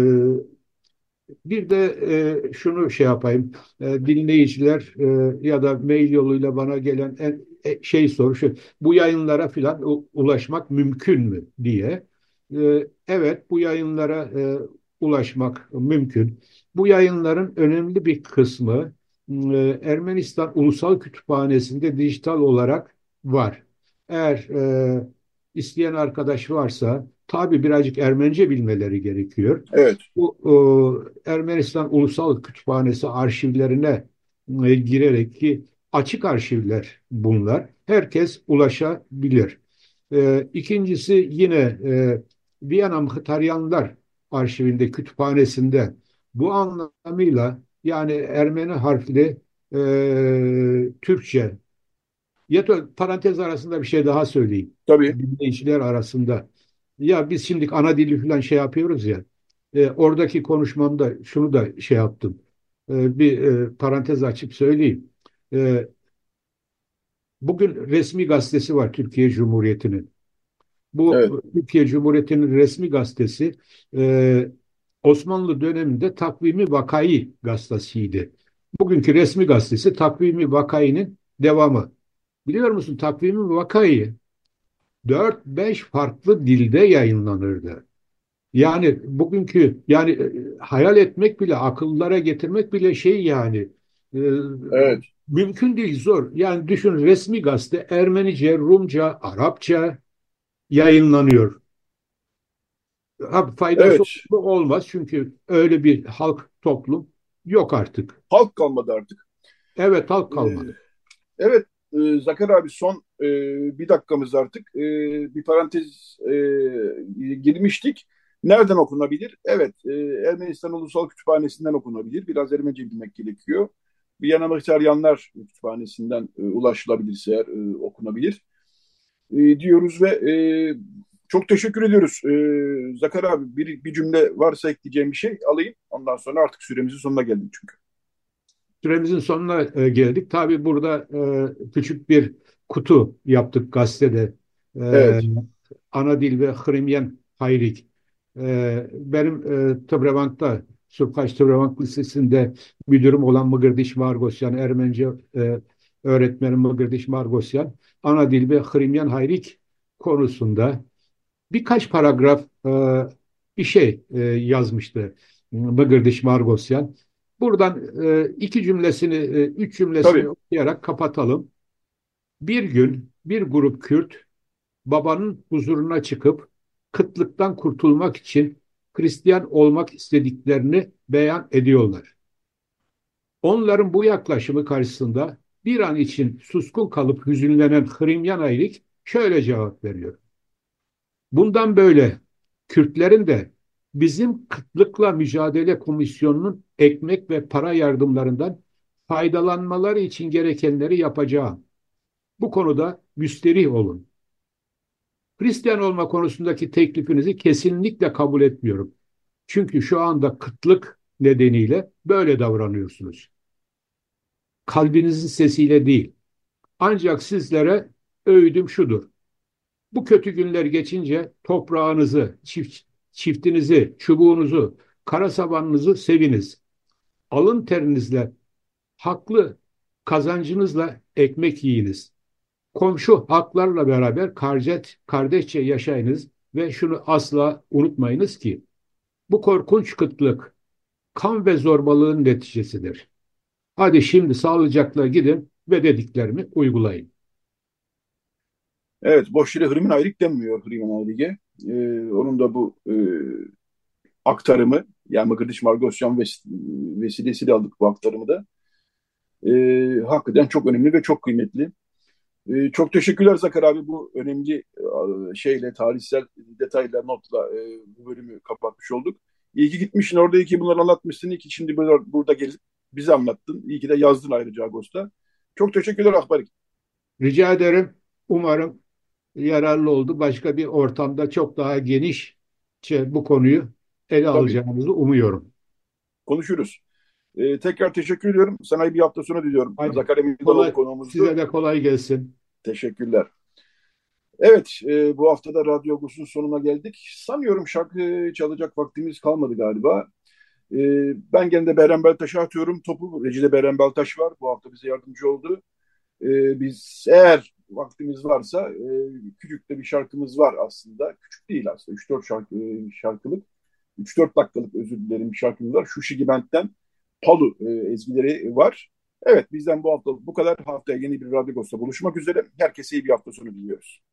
bir de e, şunu şey yapayım, e, dinleyiciler e, ya da mail yoluyla bana gelen en, e, şey soru şu, bu yayınlara filan u- ulaşmak mümkün mü diye. E, evet, bu yayınlara e, ulaşmak mümkün. Bu yayınların önemli bir kısmı e, Ermenistan Ulusal Kütüphanesi'nde dijital olarak var. Eğer e, isteyen arkadaş varsa, tabii birazcık Ermenice bilmeleri gerekiyor. evet, Bu e, Ermenistan Ulusal Kütüphanesi arşivlerine e, girerek ki açık arşivler bunlar. Herkes ulaşabilir. E, ikincisi yine e, Viyana Mkhitaryanlar arşivinde, kütüphanesinde bu anlamıyla yani Ermeni harfli e, Türkçe ya da parantez arasında bir şey daha söyleyeyim. tabii, Dinleyiciler arasında. Ya biz şimdi ana dili falan şey yapıyoruz ya. E, oradaki konuşmamda şunu da şey yaptım. E, bir e, parantez açıp söyleyeyim. E, bugün resmi gazetesi var Türkiye Cumhuriyeti'nin. evet, Bu Türkiye Cumhuriyeti'nin resmi gazetesi e, Osmanlı döneminde Takvimi Vakai gazetesiydi. Bugünkü resmi gazetesi Takvimi Vakai'nin devamı. Biliyor musun Takvimi Vakai dört beş farklı dilde yayınlanırdı. Yani bugünkü yani e, hayal etmek bile akıllara getirmek bile şey yani e, evet, mümkün değil zor. Yani düşün resmi gazete Ermenice, Rumca, Arapça yayınlanıyor. Ha, faydası evet. olur mu? Olmaz çünkü öyle bir halk toplum yok artık. Halk kalmadı artık. Evet halk Ee, kalmadı. evet, e, Zafer abi, son e, bir dakikamız artık. E, bir parantez e, girmiştik. Nereden okunabilir? Evet, e, Ermenistan Ulusal Kütüphanesi'nden okunabilir. Biraz Ermenice bilmek gerekiyor. Viyana Mıhtaryanlar Kütüphanesi'nden e, ulaşılabilirse eğer e, okunabilir e, diyoruz ve e, çok teşekkür ediyoruz. E, Zafer abi, bir, bir cümle varsa ekleyeceğim bir şey alayım. Ondan sonra artık süremizin sonuna geldik çünkü. Süremizin sonuna e, geldik. Tabii burada e, küçük bir kutu yaptık gazetede. E, Evet, ana dil ve Hrimyen Hayrik. E, benim e, Tıbrevank'ta, Surkaç Tıbrevank Lisesi'nde müdürüm olan Mıgırdiş Margosyan, Ermenice e, öğretmenim Mıgırdiş Margosyan, ana dil ve Hrimyen Hayrik konusunda birkaç paragraf e, bir şey e, yazmıştı Bıgırdiş Margosyan. Buradan e, iki cümlesini, e, üç cümlesini tabii. okuyarak kapatalım. Bir gün bir grup Kürt babanın huzuruna çıkıp kıtlıktan kurtulmak için Hristiyan olmak istediklerini beyan ediyorlar. Onların bu yaklaşımı karşısında bir an için suskun kalıp hüzünlenen Hrimyan Ayrik şöyle cevap veriyor. Bundan böyle Kürtlerin de bizim kıtlıkla mücadele komisyonunun ekmek ve para yardımlarından faydalanmaları için gerekenleri yapacağım. Bu konuda müsterih olun. Hristiyan olma konusundaki teklifinizi kesinlikle kabul etmiyorum. Çünkü şu anda kıtlık nedeniyle böyle davranıyorsunuz. Kalbinizin sesiyle değil. Ancak sizlere öğüdüm şudur. Bu kötü günler geçince toprağınızı, çift, çiftinizi, çubuğunuzu, kara sabanınızı seviniz. Alın terinizle, haklı kazancınızla ekmek yiyiniz. komşu halklarla beraber kardeş, kardeşçe yaşayınız ve şunu asla unutmayınız ki bu korkunç kıtlık kan ve zorbalığın neticesidir. Hadi şimdi sağlıcakla gidin ve dediklerimi uygulayın. Evet, boş yere Hırmen Ayrik denmiyor Hırmen Ayrik'e. Ee, onun da bu e, aktarımı, yani Mıkırdıç Margosyan ves vesilesiyle aldık bu aktarımı da. Ee, hakikaten çok önemli ve çok kıymetli. Ee, çok teşekkürler Zakar abi, bu önemli e, şeyle, tarihsel detayla, notla e, bu bölümü kapatmış olduk. İyi ki gitmişsin orada, iyi ki bunları anlatmışsın, iyi ki şimdi burada, burada gelip bize anlattın. İyi ki de yazdın ayrıca Ağustos'ta. Çok teşekkürler Akbarik. Rica ederim. Umarım yararlı oldu. Başka bir ortamda çok daha genişçe bu konuyu ele Tabii, alacağımızı umuyorum. konuşuruz. Ee, tekrar teşekkür ediyorum. Sana iyi bir hafta sonu diliyorum. Hadi Zakar Emirdaloğlu kolay, konuğumuzdu. size de kolay gelsin. Teşekkürler. Evet, e, bu hafta da Radyo Agos'un sonuna geldik. Sanıyorum şarkı çalacak vaktimiz kalmadı galiba. E, Ben gene de Berem Beltaş'a atıyorum topu. Recide Berem Beltaş var. Bu hafta bize yardımcı oldu. E, biz eğer vaktimiz varsa, e, küçük de bir şarkımız var aslında. Küçük değil aslında. üç dört şarkı, e, şarkılık. üç dört dakikalık, özür dilerim, bir şarkımız var. Şu Şigibent'ten Palu e, ezgileri var. Evet, bizden bu hafta bu kadar. Haftaya yeni bir Radyo Agos'ta buluşmak üzere. Herkese iyi bir hafta sonu diliyoruz.